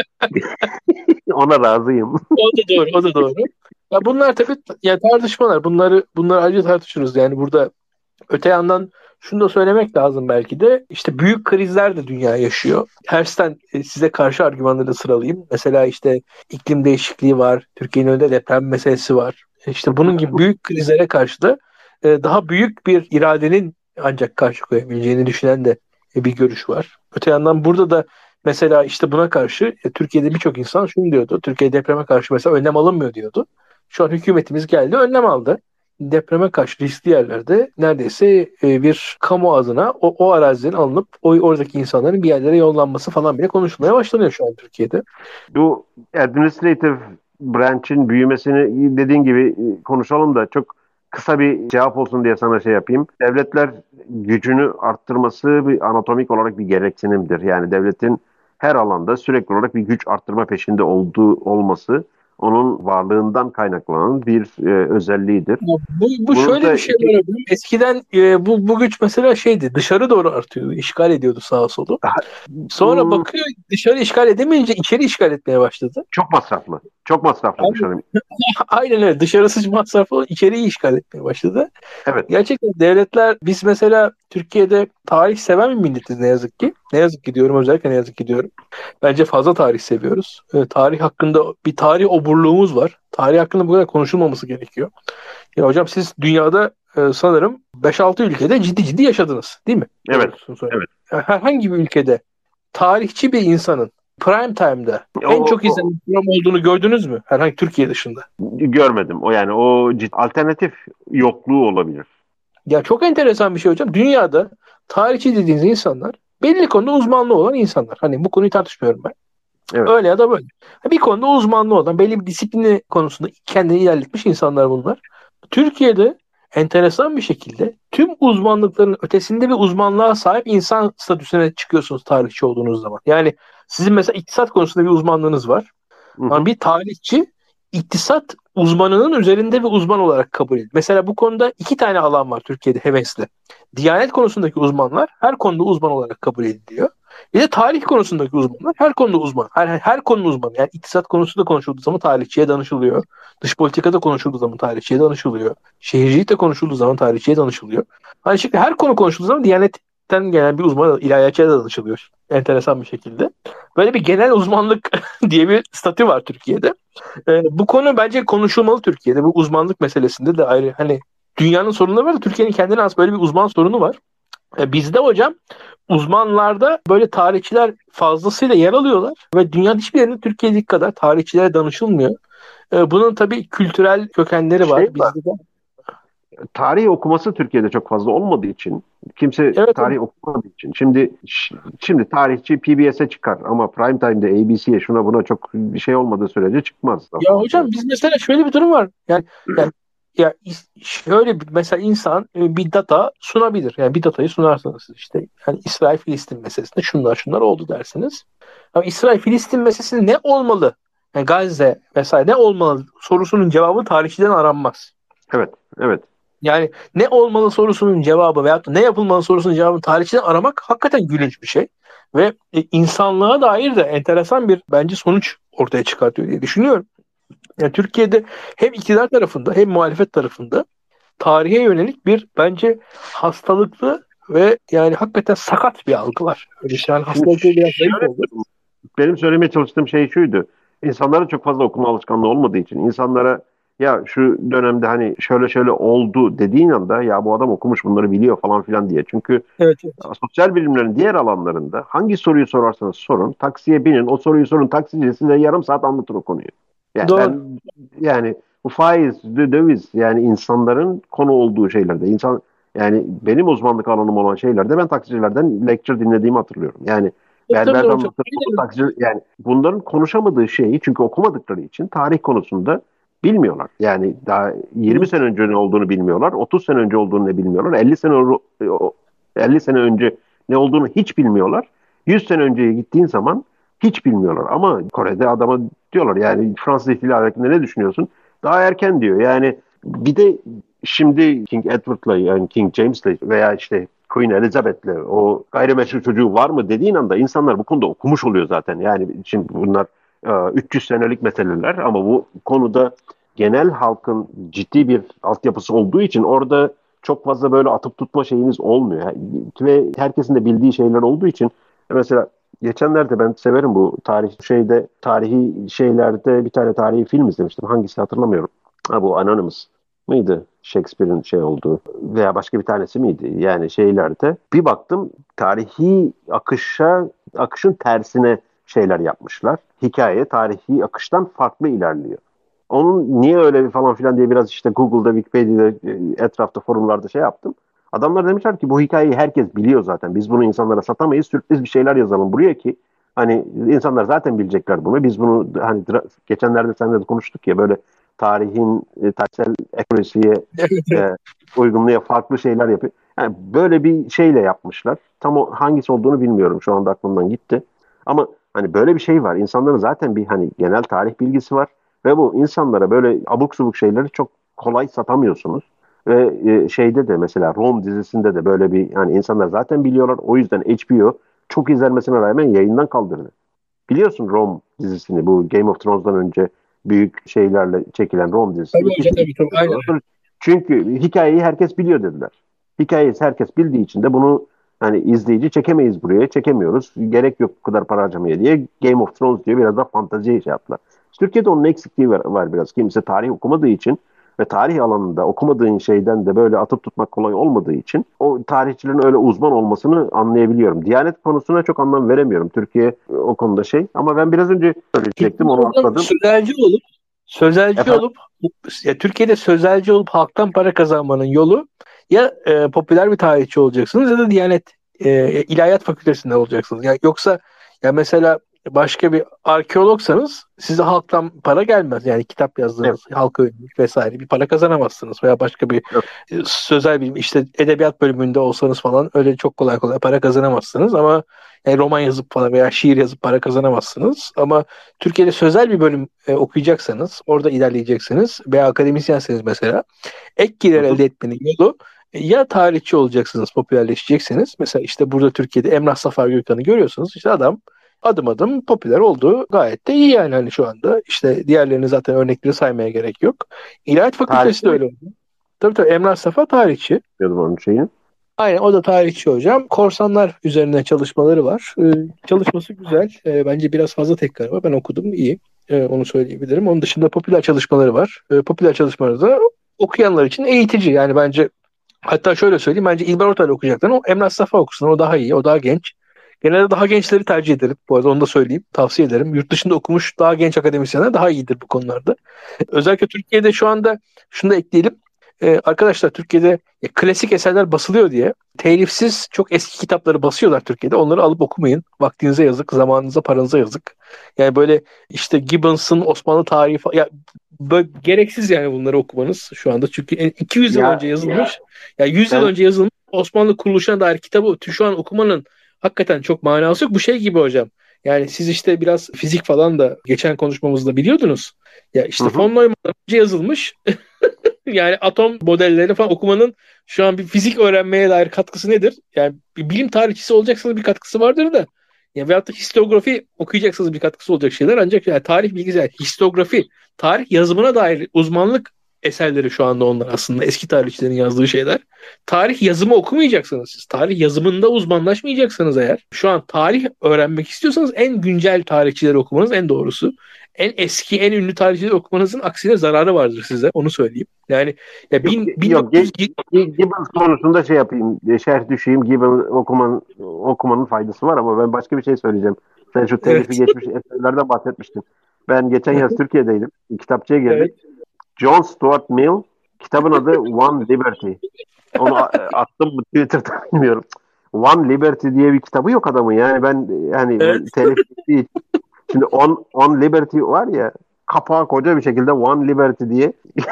Ona razıyım. o da doğru, o da doğru. Ya bunlar tabii ya tartışmalar. Bunları ayrıca tartışırız. Yani burada öte yandan şunu da söylemek lazım belki de. İşte büyük krizler de dünya yaşıyor. Tersten size karşı argümanları da sıralayayım. Mesela işte iklim değişikliği var. Türkiye'nin önünde deprem meselesi var. İşte bunun gibi büyük krizlere karşı da daha büyük bir iradenin ancak karşı koyabileceğini düşünen de bir görüş var. Öte yandan burada da mesela işte buna karşı Türkiye'de birçok insan şunu diyordu. Türkiye depreme karşı mesela önlem alınmıyor diyordu. Şu an hükümetimiz geldi önlem aldı. Depreme karşı riskli yerlerde neredeyse bir kamu adına o arazilerin alınıp oradaki insanların bir yerlere yollanması falan bile konuşulmaya başlanıyor şu an Türkiye'de. Bu administrative branch'in büyümesini dediğin gibi konuşalım da çok kısa bir cevap olsun diye sana şey yapayım. Devletler gücünü arttırması bir anatomik olarak bir gereksinimdir. Yani devletin her alanda sürekli olarak bir güç arttırma peşinde olması onun varlığından kaynaklanan bir özelliğidir. Bu Bunu şöyle da bir şey var. Eskiden bu güç mesela şeydi, dışarı doğru artıyordu, işgal ediyordu sağa solu. Sonra bu bakıyor dışarı işgal edemeyince içeri işgal etmeye başladı. çok masraflı. Çok masraflı dışarı. Aynen öyle. Dışarısı masraflı, içeriği işgal etmeye başladı. Evet. Gerçekten devletler, biz mesela Türkiye'de tarih seven bir milletiz ne yazık ki. Ne yazık ki diyorum, özellikle ne yazık ki diyorum. Bence fazla tarih seviyoruz. Tarih hakkında bir tarih oburluğumuz var. Tarih hakkında bu kadar konuşulmaması gerekiyor. Ya hocam siz dünyada sanırım 5-6 ülkede ciddi ciddi yaşadınız, değil mi? Evet. Doğrusunu söyleyeyim. Evet. Herhangi bir ülkede tarihçi bir insanın prime time'da en O, çok izlenen program olduğunu gördünüz mü? Herhangi Türkiye dışında. görmedim. O yani o alternatif yokluğu olabilir. Ya çok enteresan bir şey hocam. Dünyada tarihçi dediğiniz insanlar belli konuda uzmanlığı olan insanlar. Hani bu konuyu tartışmıyorum ben. Evet. Öyle ya da böyle. Bir konuda uzmanlığı olan, belli bir disiplini konusunda kendini ilerletmiş insanlar bunlar. Türkiye'de enteresan bir şekilde tüm uzmanlıkların ötesinde bir uzmanlığa sahip insan statüsüne çıkıyorsunuz tarihçi olduğunuz zaman. Yani sizin mesela iktisat konusunda bir uzmanlığınız var. Hı Ama hı. bir tarihçi iktisat uzmanının üzerinde bir uzman olarak kabul edilir. Mesela bu konuda 2 tane alan var Türkiye'de hevesli. Diyanet konusundaki uzmanlar her konuda uzman olarak kabul ediliyor. Bir de tarih konusundaki uzmanlar her konuda uzman. Her konunun uzmanı. Yani iktisat konusunda konuşulduğu zaman tarihçiye danışılıyor. Dış politikada konuşulduğu zaman tarihçiye danışılıyor. Şehircilikte konuşulduğu zaman tarihçiye danışılıyor. Aynı şekilde her konu konuşulduğu zaman Diyanet'ten gelen bir uzman ilahiyatçıya da danışılıyor. Enteresan bir şekilde. Böyle bir genel uzmanlık diye bir statü var Türkiye'de. Bu konu bence konuşulmalı Türkiye'de. Bu uzmanlık meselesinde de ayrı. Hani dünyanın sorunları var da Türkiye'nin kendine has böyle bir uzman sorunu var. Bizde hocam uzmanlarda böyle tarihçiler fazlasıyla yer alıyorlar ve dünyanın hiçbir yerinde Türkiye'deki kadar tarihçilere danışılmıyor. Bunun tabii kültürel kökenleri var. Şey var. Bizde de. Tarih okuması Türkiye'de çok fazla olmadığı için kimse Evet, evet. tarih okumadığı için şimdi tarihçi PBS'e çıkar ama prime time'de ABC'ye şuna buna çok bir şey olmadığı sürece çıkmaz da Ya fazla. hocam biz mesela şöyle bir durum var. Yani ya şöyle mesela insan bir data sunabilir. Yani bir datayı sunarsınız siz işte. Yani İsrail-Filistin meselesinde şunlar oldu dersiniz. Ama İsrail-Filistin meselesinde ne olmalı? Yani Gazze vesaire ne olmalı sorusunun cevabı tarihçiden aranmaz. Evet, evet. Yani ne olmalı sorusunun cevabı veyahut da ne yapılmalı sorusunun cevabını tarihçiden aramak hakikaten gülünç bir şey. Ve insanlığa dair de enteresan bir bence sonuç ortaya çıkartıyor diye düşünüyorum. Yani Türkiye'de hem iktidar tarafında hem muhalefet tarafında tarihe yönelik bir bence hastalıklı ve yani hakikaten sakat bir algı var. Öyle şey, yani Şimdi hastalıklı biraz zayıf şöyle oldu. benim söylemeye çalıştığım şey şuydu. İnsanların çok fazla okuma alışkanlığı olmadığı için insanlara ya şu dönemde hani şöyle şöyle oldu dediğin anda ya bu adam okumuş bunları biliyor falan filan diye. Çünkü Evet, evet. sosyal bilimlerin diğer alanlarında hangi soruyu sorarsanız sorun, taksiye binin, o soruyu sorun, taksici size yarım saat anlatır o konuyu. Yani Doğru. yani bu faiz, döviz yani insanların konu olduğu şeylerde yani benim uzmanlık alanım olan şeylerde ben taksicilerden lecture dinlediğimi hatırlıyorum. Yani Tabii berberden hocam. anlatır, bunu Aynen. taksici yani bunların konuşamadığı şeyi çünkü okumadıkları için tarih konusunda bilmiyorlar. Yani daha 20 Evet. sene önce ne olduğunu bilmiyorlar, 30 sene önce olduğunu ne bilmiyorlar, 50 sene önce ne olduğunu hiç bilmiyorlar. 100 sene önceye gittiğin zaman hiç bilmiyorlar. Ama Kore'de adama diyorlar yani Fransız İhtilali hakkında ne düşünüyorsun? Daha erken diyor. Yani bir de şimdi King Edward'la yani King James'le veya işte Queen Elizabeth'le o gayrimeşru çocuğu var mı dediğin anda insanlar bu konuda okumuş oluyor zaten. Yani şimdi bunlar 300 senelik meseleler ama bu konuda genel halkın ciddi bir altyapısı olduğu için orada çok fazla böyle atıp tutma şeyiniz olmuyor. Ve herkesin de bildiği şeyler olduğu için mesela geçenlerde ben severim bu tarihi şeylerde bir tane tarihi film izlemiştim. Hangisi hatırlamıyorum. Ha, bu Anonymous mıydı? Shakespeare'in şey olduğu veya başka bir tanesi miydi? Yani şeylerde bir baktım tarihi akışın tersine şeyler yapmışlar. Hikaye tarihi akıştan farklı ilerliyor. Onun niye öyle falan filan diye biraz işte Google'da, Wikipedia'da, etrafta forumlarda şey yaptım. Adamlar demişler ki bu hikayeyi herkes biliyor zaten. Biz bunu insanlara satamayız. Sürpriz bir şeyler yazalım buraya ki hani insanlar zaten bilecekler bunu. Biz bunu hani geçenlerde seninle de konuştuk ya böyle tarihsel ekolojisiye e, uygunluğa farklı şeyler yapıyor. Yani böyle bir şeyle yapmışlar. Tam o hangisi olduğunu bilmiyorum. Şu anda aklımdan gitti. Ama hani böyle bir şey var. İnsanların zaten bir hani genel tarih bilgisi var. Ve bu insanlara böyle abuk subuk şeyleri çok kolay satamıyorsunuz. Ve şeyde de mesela Rome dizisinde de böyle bir hani insanlar zaten biliyorlar. O yüzden HBO çok izlenmesine rağmen yayından kaldırdı. Biliyorsun Rome dizisini bu Game of Thrones'dan önce büyük şeylerle çekilen Rome dizisi. Tabii Müthiş hocam, bir tabii, tabii. Aynen. dizi. Çünkü hikayeyi herkes biliyor dediler. Hikayeyi herkes bildiği için de bunu hani izleyici çekemeyiz buraya, çekemiyoruz. Gerek yok bu kadar para harcamaya diye Game of Thrones diye biraz daha fanteziye şey yaptılar. Türkiye'de onun eksikliği var biraz. Kimse tarih okumadığı için ve tarih alanında okumadığın şeyden de böyle atıp tutmak kolay olmadığı için o tarihçilerin öyle uzman olmasını anlayabiliyorum. Diyanet konusuna çok anlam veremiyorum. Türkiye o konuda şey ama ben biraz önce söyleyecektim Türkiye'de onu hocam atladım. sözelci Efendim olup ya Türkiye'de sözelci olup halktan para kazanmanın yolu ya popüler bir tarihçi olacaksınız ya da Diyanet İlahiyat Fakültesi'nde olacaksınız. Yani yoksa ya mesela başka bir arkeologsanız size halktan para gelmez. Yani kitap Evet. yazdığınız, halka yönelik vesaire bir para kazanamazsınız. Veya başka bir Yok. sözel bilim işte edebiyat bölümünde olsanız falan öyle çok kolay kolay para kazanamazsınız. Ama yani roman yazıp falan veya şiir yazıp para kazanamazsınız. Ama Türkiye'de sözel bir bölüm okuyacaksanız, orada ilerleyeceksiniz veya akademisyenseniz mesela ek Hı gelir hı. elde etmenin yolu ya tarihçi olacaksınız, popülerleşeceksiniz. Mesela işte burada Türkiye'de Emrah Safar Gürkan'ı görüyorsunuz. İşte adam adım adım popüler oldu. Gayet de iyi yani hani şu anda. İşte diğerlerini zaten örnekleri saymaya gerek yok. İlahiyat Fakültesi Tarihçi de mi öyle oldu. Tabii tabii Emrah Safar tarihçi. diyordum onun şeyini? Aynen o da tarihçi hocam. Korsanlar üzerine çalışmaları var. Çalışması güzel. Bence biraz fazla tekrar var. Ben okudum iyi. Onu söyleyebilirim. Onun dışında popüler çalışmaları var. Popüler çalışmaları da okuyanlar için eğitici. Yani bence hatta şöyle söyleyeyim. Bence İlber Ortaylı okuyacaklar. O Emrah Safa okusun. O daha iyi. O daha genç. Genelde daha gençleri tercih ederim. Bu arada onu da söyleyeyim. Tavsiye ederim. Yurt dışında okumuş daha genç akademisyenler daha iyidir bu konularda. Özellikle Türkiye'de şu anda şunu da ekleyelim. Arkadaşlar Türkiye'de klasik eserler basılıyor diye telifsiz çok eski kitapları basıyorlar Türkiye'de. Onları alıp okumayın. Vaktinize yazık, zamanınıza, paranıza yazık. Yani böyle işte Gibbons'ın Osmanlı tarihi ya böyle gereksiz yani bunları okumanız şu anda. Çünkü 200 yıl Ya önce yazılmış, ya 100 yıl ben önce yazılmış Osmanlı kuruluşuna dair kitabı şu an okumanın hakikaten çok manası yok. Bu şey gibi hocam. Yani siz işte biraz fizik falan da geçen konuşmamızda biliyordunuz. Ya hı işte hı. von Neumann'dan önce yazılmış. Yani atom modelleri falan okumanın şu an bir fizik öğrenmeye dair katkısı nedir? Yani bir bilim tarihçisi olacaksanız bir katkısı vardır da. Ya veyahut da histografi okuyacaksınız bir katkısı olacak şeyler. Ancak yani tarih bilgisi, yani histografi, tarih yazımına dair uzmanlık eserleri şu anda onlar aslında. Eski tarihçilerin yazdığı şeyler. Tarih yazımı okumayacaksınız siz. Tarih yazımında uzmanlaşmayacaksınız eğer. Şu an tarih öğrenmek istiyorsanız en güncel tarihçileri okumanız en doğrusu. En eski, en ünlü tarihçileri okumanızın aksine zararı vardır size. Onu söyleyeyim. Yani ya Yok, yok, 1900 Gibbons konusunda şey yapayım, şerh düşeyim. Gibbons okumanın faydası var ama ben başka bir şey söyleyeceğim. Sen şu telifi evet. geçmiş eserlerden bahsetmiştin. Ben geçen yaz Türkiye'deydim. Kitapçıya girdik. Evet. John Stuart Mill, kitabın adı One Liberty. Onu attım mı Twitter'da bilmiyorum. One Liberty diye bir kitabı yok adamın. Yani ben hani Evet. bu telif değil. Şimdi On Liberty var ya, kapağı koca bir şekilde One Liberty diye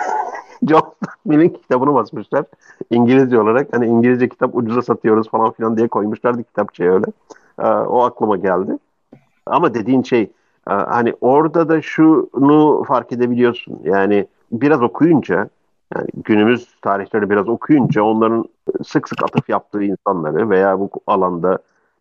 John Mill'in kitabını basmışlar. İngilizce olarak. Hani İngilizce kitap ucuza satıyoruz falan filan diye koymuşlardı kitapçıya öyle. O aklıma geldi. Ama dediğin şey hani orada da şunu fark edebiliyorsun. Yani biraz okuyunca yani günümüz tarihleri biraz okuyunca onların sık sık atıf yaptığı insanları veya bu alanda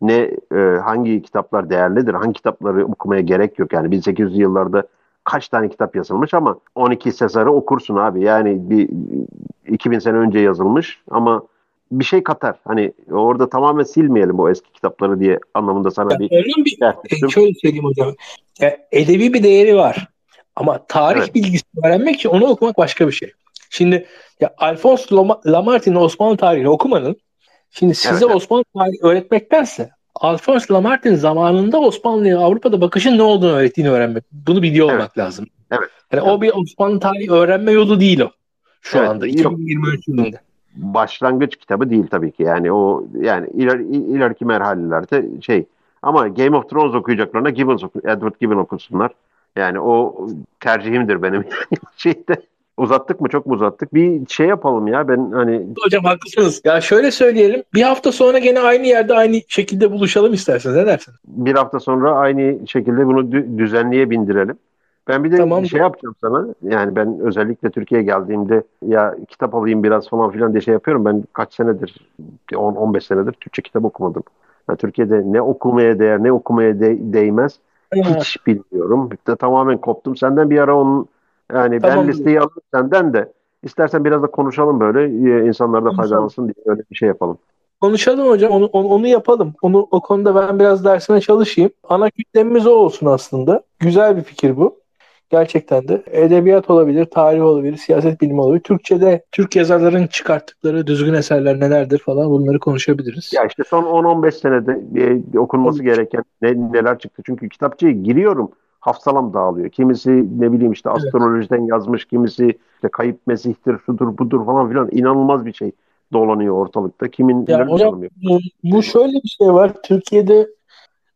hangi kitaplar değerlidir, hangi kitapları okumaya gerek yok. Yani 1800'lü yıllarda kaç tane kitap yazılmış ama 12 Sezar'ı okursun abi. Yani bir 2000 sene önce yazılmış ama bir şey katar. Hani orada tamamen silmeyelim bu eski kitapları diye anlamında sana Ya bir onun bir şey düştüm. şöyle söyleyeyim hocam. Ya, edebi bir değeri var. Ama Evet, tarih bilgisi öğrenmek için onu okumak başka bir şey. Şimdi ya Alphonse Lamartine'in Osmanlı tarihini okumanın şimdi size evet, evet. Osmanlı tarihi öğretmektense Alphonse Lamartine zamanında Osmanlı'ya Avrupa'da bakışın ne olduğunu öğrettiğini öğrenmek. Bunu biliyor Evet, olmak lazım. evet, Yani o evet. bir Osmanlı tarihi öğrenme yolu değil o. Şu Evet, anda yok. 2023 yılında. Başlangıç kitabı değil tabii ki. Yani o yani ileriki merhalelerde şey. Ama Game of Thrones okuyacaklarına Edward Gibbon okusunlar. Yani o tercihimdir benim şeyde. Uzattık mı? Çok mu uzattık? Bir şey yapalım ya. Ben hani Hocam haklısınız. Ya şöyle söyleyelim. Bir hafta sonra gene aynı yerde aynı şekilde buluşalım isterseniz. Ne dersiniz? bir hafta sonra aynı şekilde bunu düzenliğe bindirelim. Ben bir de Tamam. şey yapacağım sana. Yani ben özellikle Türkiye'ye geldiğimde ya kitap alayım biraz falan filan diye şey yapıyorum. Ben kaç senedir, 10-15 senedir Türkçe kitap okumadım. Yani Türkiye'de ne okumaya değer, ne okumaya değmez Ha, hiç bilmiyorum. De tamamen koptum. Senden bir ara onun yani ben tamamdır. listeyi alayım senden de. İstersen biraz da konuşalım böyle. İnsanlar da Konuşalım. faydalansın diye öyle bir şey yapalım. Konuşalım hocam. Onu yapalım. O konuda ben biraz dersine çalışayım. Ana gündemimiz o olsun aslında. Güzel bir fikir bu. Gerçekten de edebiyat olabilir, tarih olabilir, siyaset bilimi olabilir. Türkçe'de Türk yazarların çıkarttıkları düzgün eserler nelerdir falan bunları konuşabiliriz. Ya işte son 10-15 senede okunması Olur. gereken neler çıktı. Çünkü kitapçıya giriyorum, hafsalam dağılıyor. Kimisi ne bileyim işte Evet. astrolojiden yazmış, kimisi işte kayıp mesihtir, şudur budur falan filan. İnanılmaz bir şey dolanıyor ortalıkta. Ya Kiminlerini hocam tanımıyor. bu şöyle bir şey var. Türkiye'de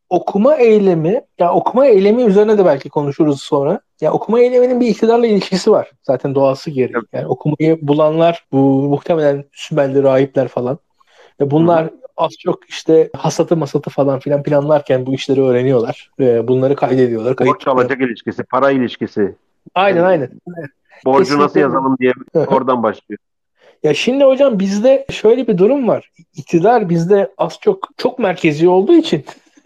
okuma eylemi, ya okuma eylemi üzerine de belki konuşuruz sonra. Ya okuma eyleminin bir iktidarla ilişkisi var. Zaten doğası gereği. Evet. Yani okumayı bulanlar bu muhtemelen Sümerli rahipler falan. Ve Hı hı. bunlar az çok işte hasatı masatı falan filan planlarken bu işleri öğreniyorlar. Bunları kaydediyorlar. Kayıt Borç tutmaya. alacak ilişkisi, para ilişkisi. Aynen Yani aynen. borcu nasıl Kesinlikle. yazalım diye oradan başlıyor. Ya şimdi hocam bizde şöyle bir durum var. İktidar bizde az çok merkezi olduğu için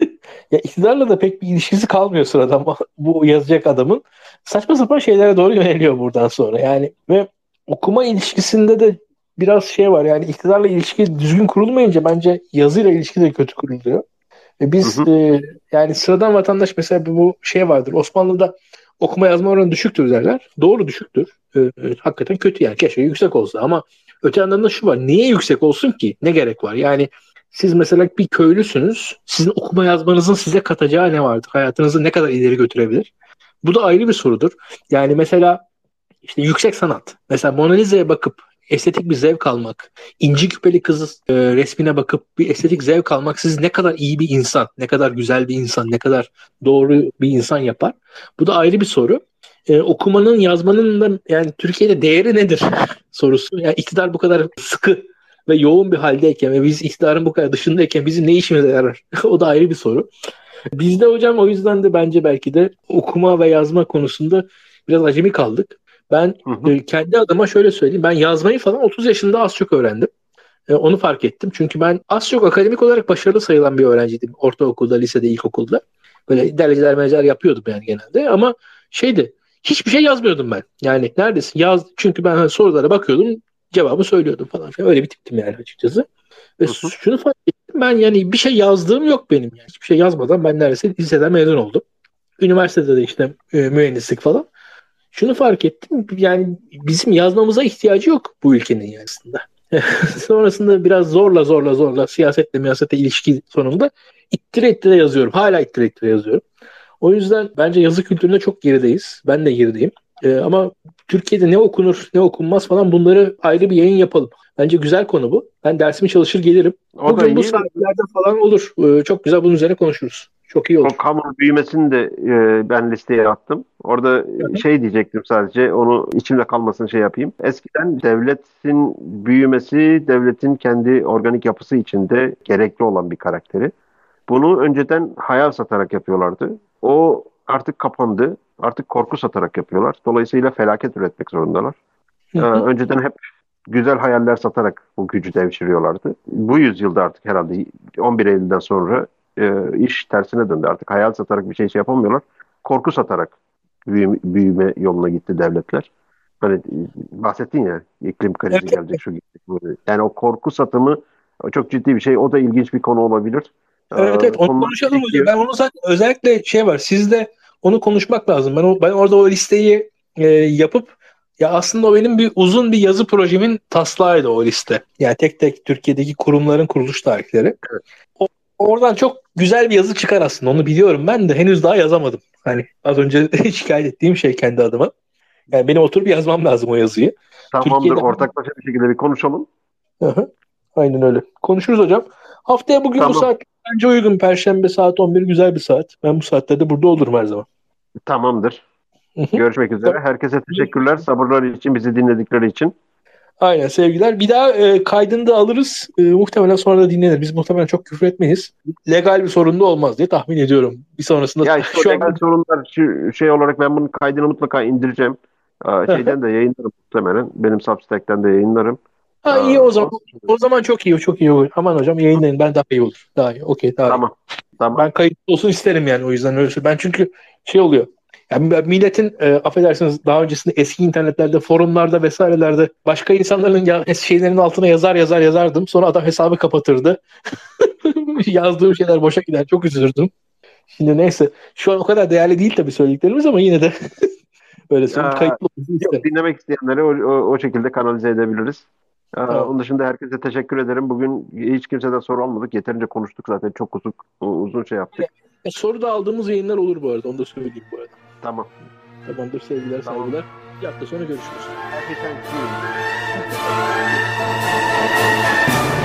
ya iktidarla da pek bir ilişkisi kalmıyor sıradan bu yazacak adamın. Saçma sapan şeylere doğru yöneliyor buradan sonra. Yani ve okuma ilişkisinde de biraz şey var. Yani iktidarla ilişki düzgün kurulmayınca bence yazıyla ilişki de kötü kuruluyor. Ve Hı biz hı. yani sıradan vatandaş mesela bu şey vardır. Osmanlı'da okuma yazma oranı düşüktür derler. Doğru düşüktür. Hakikaten kötü yani. Keşke yüksek olsa ama öte yandan da şu var. Niye yüksek olsun ki? Ne gerek var? Yani siz mesela bir köylüsünüz. Sizin okuma yazmanızın size katacağı ne vardır? Hayatınızı ne kadar ileri götürebilir? Bu da ayrı bir sorudur. Yani mesela işte yüksek sanat. Mesela Mona Lisa'ya bakıp estetik bir zevk almak, inci küpeli kız resmine bakıp bir estetik zevk almak sizi ne kadar iyi bir insan, ne kadar güzel bir insan, ne kadar doğru bir insan yapar. Bu da ayrı bir soru. Okumanın, yazmanın da yani Türkiye'de değeri nedir sorusu. Yani iktidar bu kadar sıkı ve yoğun bir haldeyken ve biz iktidarın bu kadar dışındayken bizim ne işimize yarar? O da ayrı bir soru. Bizde hocam o yüzden de bence belki de okuma ve yazma konusunda biraz acemi kaldık. Ben Hı hı. kendi adıma şöyle söyleyeyim. Ben yazmayı falan 30 yaşında az çok öğrendim. Onu fark ettim. Çünkü ben az çok akademik olarak başarılı sayılan bir öğrenciydim. Ortaokulda, lisede, ilkokulda. Böyle dereceler meceler yapıyordum yani genelde. Ama şeydi, hiçbir şey yazmıyordum ben. Yani neredesin? Yaz. Çünkü ben hani sorulara bakıyordum, cevabı söylüyordum falan filan. Öyle bir tiptim yani açıkçası. Ve Hı hı. şunu fark ettim, ben yani bir şey yazdığım yok benim. Yani hiçbir şey yazmadan ben neredeyse liseden mezun oldum. Üniversitede de işte mühendislik falan. Şunu fark ettim, yani bizim yazmamıza ihtiyacı yok bu ülkenin yani aslında. Sonrasında biraz zorla siyasetle miyasete ilişki sonunda ittire ittire yazıyorum. Hala ittire ittire yazıyorum. O yüzden bence yazı kültüründe çok gerideyiz. Ben de gerideyim. Ama Türkiye'de ne okunur ne okunmaz falan bunları ayrı bir yayın yapalım. Bence güzel konu bu. Ben dersimi çalışır gelirim. O da Bugün bu iyi. saatlerde falan olur. Çok güzel bunun üzerine konuşuruz. Çok iyi O olur. kamu büyümesini de ben listeye attım. Orada Hı hı. şey diyecektim sadece onu içimde kalmasın şey yapayım. Eskiden devletin büyümesi, devletin kendi organik yapısı içinde gerekli olan bir karakteri. Bunu önceden hayal satarak yapıyorlardı. O artık kapandı. Artık korku satarak yapıyorlar. Dolayısıyla felaket üretmek zorundalar. Hı hı. Önceden hep güzel hayaller satarak bu gücü devşiriyorlardı. Bu yüzyılda artık herhalde 11 Eylül'den sonra iş tersine döndü. Artık hayal satarak bir şey yapamıyorlar. Korku satarak büyüme yoluna gitti devletler. Hani bahsettin ya iklim krizi Evet, gelecek şu gelecek böyle. Yani o korku satımı çok ciddi bir şey. O da ilginç bir konu olabilir. evet, onu Konular konuşalım hocam. birikiyor. Ben onu zaten özellikle şey var. Sizde onu konuşmak lazım. Ben orada o listeyi yapıp ya aslında o benim bir uzun bir yazı projemin taslağıydı o liste. Yani tek tek Türkiye'deki kurumların kuruluş tarihleri. O- Oradan çok güzel bir yazı çıkar aslında. Onu biliyorum ben de henüz daha yazamadım. Hani az önce şikayet ettiğim şey kendi adıma. Yani benim oturup yazmam lazım o yazıyı. Tamamdır. Türkiye'de Ortaklaşa bir şekilde bir konuşalım. Hı hı. Aynen öyle. Konuşuruz hocam. Haftaya bugün bu Tamam. saat bence uygun. Perşembe saat 11 güzel bir saat. Ben bu saatlerde burada olurum her zaman. Tamamdır. Hı hı. Görüşmek üzere. Tamam. Herkese teşekkürler. Sabırları için, bizi dinledikleri için. Aynen sevgiler. Bir daha kaydını da alırız. Muhtemelen sonra da dinlenir. Biz muhtemelen çok küfür etmeyiz. Legal bir sorun da olmaz diye tahmin ediyorum. Bir sonrasında Ya işte o şu an legal sorunlar şu şey olarak ben bunun kaydını mutlaka indireceğim. Şeyden de yayınlarım muhtemelen. Benim Substack'ten de yayınlarım. ha, iyi o zaman. Onun O zaman çok iyi. Çok iyi olur. Aman hocam yayınlayın. Ben daha iyi olur. Daha iyi. Okey daha iyi. tamam. Tamam. Ben kayıtlı olsun isterim yani o yüzden öyle söylüyorum. Ben çünkü şey oluyor. Yani milletin affedersiniz daha öncesinde eski internetlerde, forumlarda vesairelerde başka insanların şeylerin altına yazardım. Sonra adam hesabı kapatırdı. Yazdığım şeyler boşa gider. Çok üzülürdüm. Şimdi neyse. Şu an o kadar değerli değil tabii söylediklerimiz ama yine de öyle söyleyeyim. Ee, Kayıtlı olsun Yok isterim. dinlemek isteyenleri o şekilde kanalize edebiliriz. Tamam. Onun dışında herkese teşekkür ederim. Bugün hiç kimseden soru almadık. Yeterince konuştuk zaten. Çok uzun şey yaptık. Soru da aldığımız yayınlar olur bu arada. Onu da söyleyeyim bu arada. Tamam. Tamamdır sevgiler Tamam. saygılar. Bir hafta sonra görüşürüz. Happy Thanksgiving.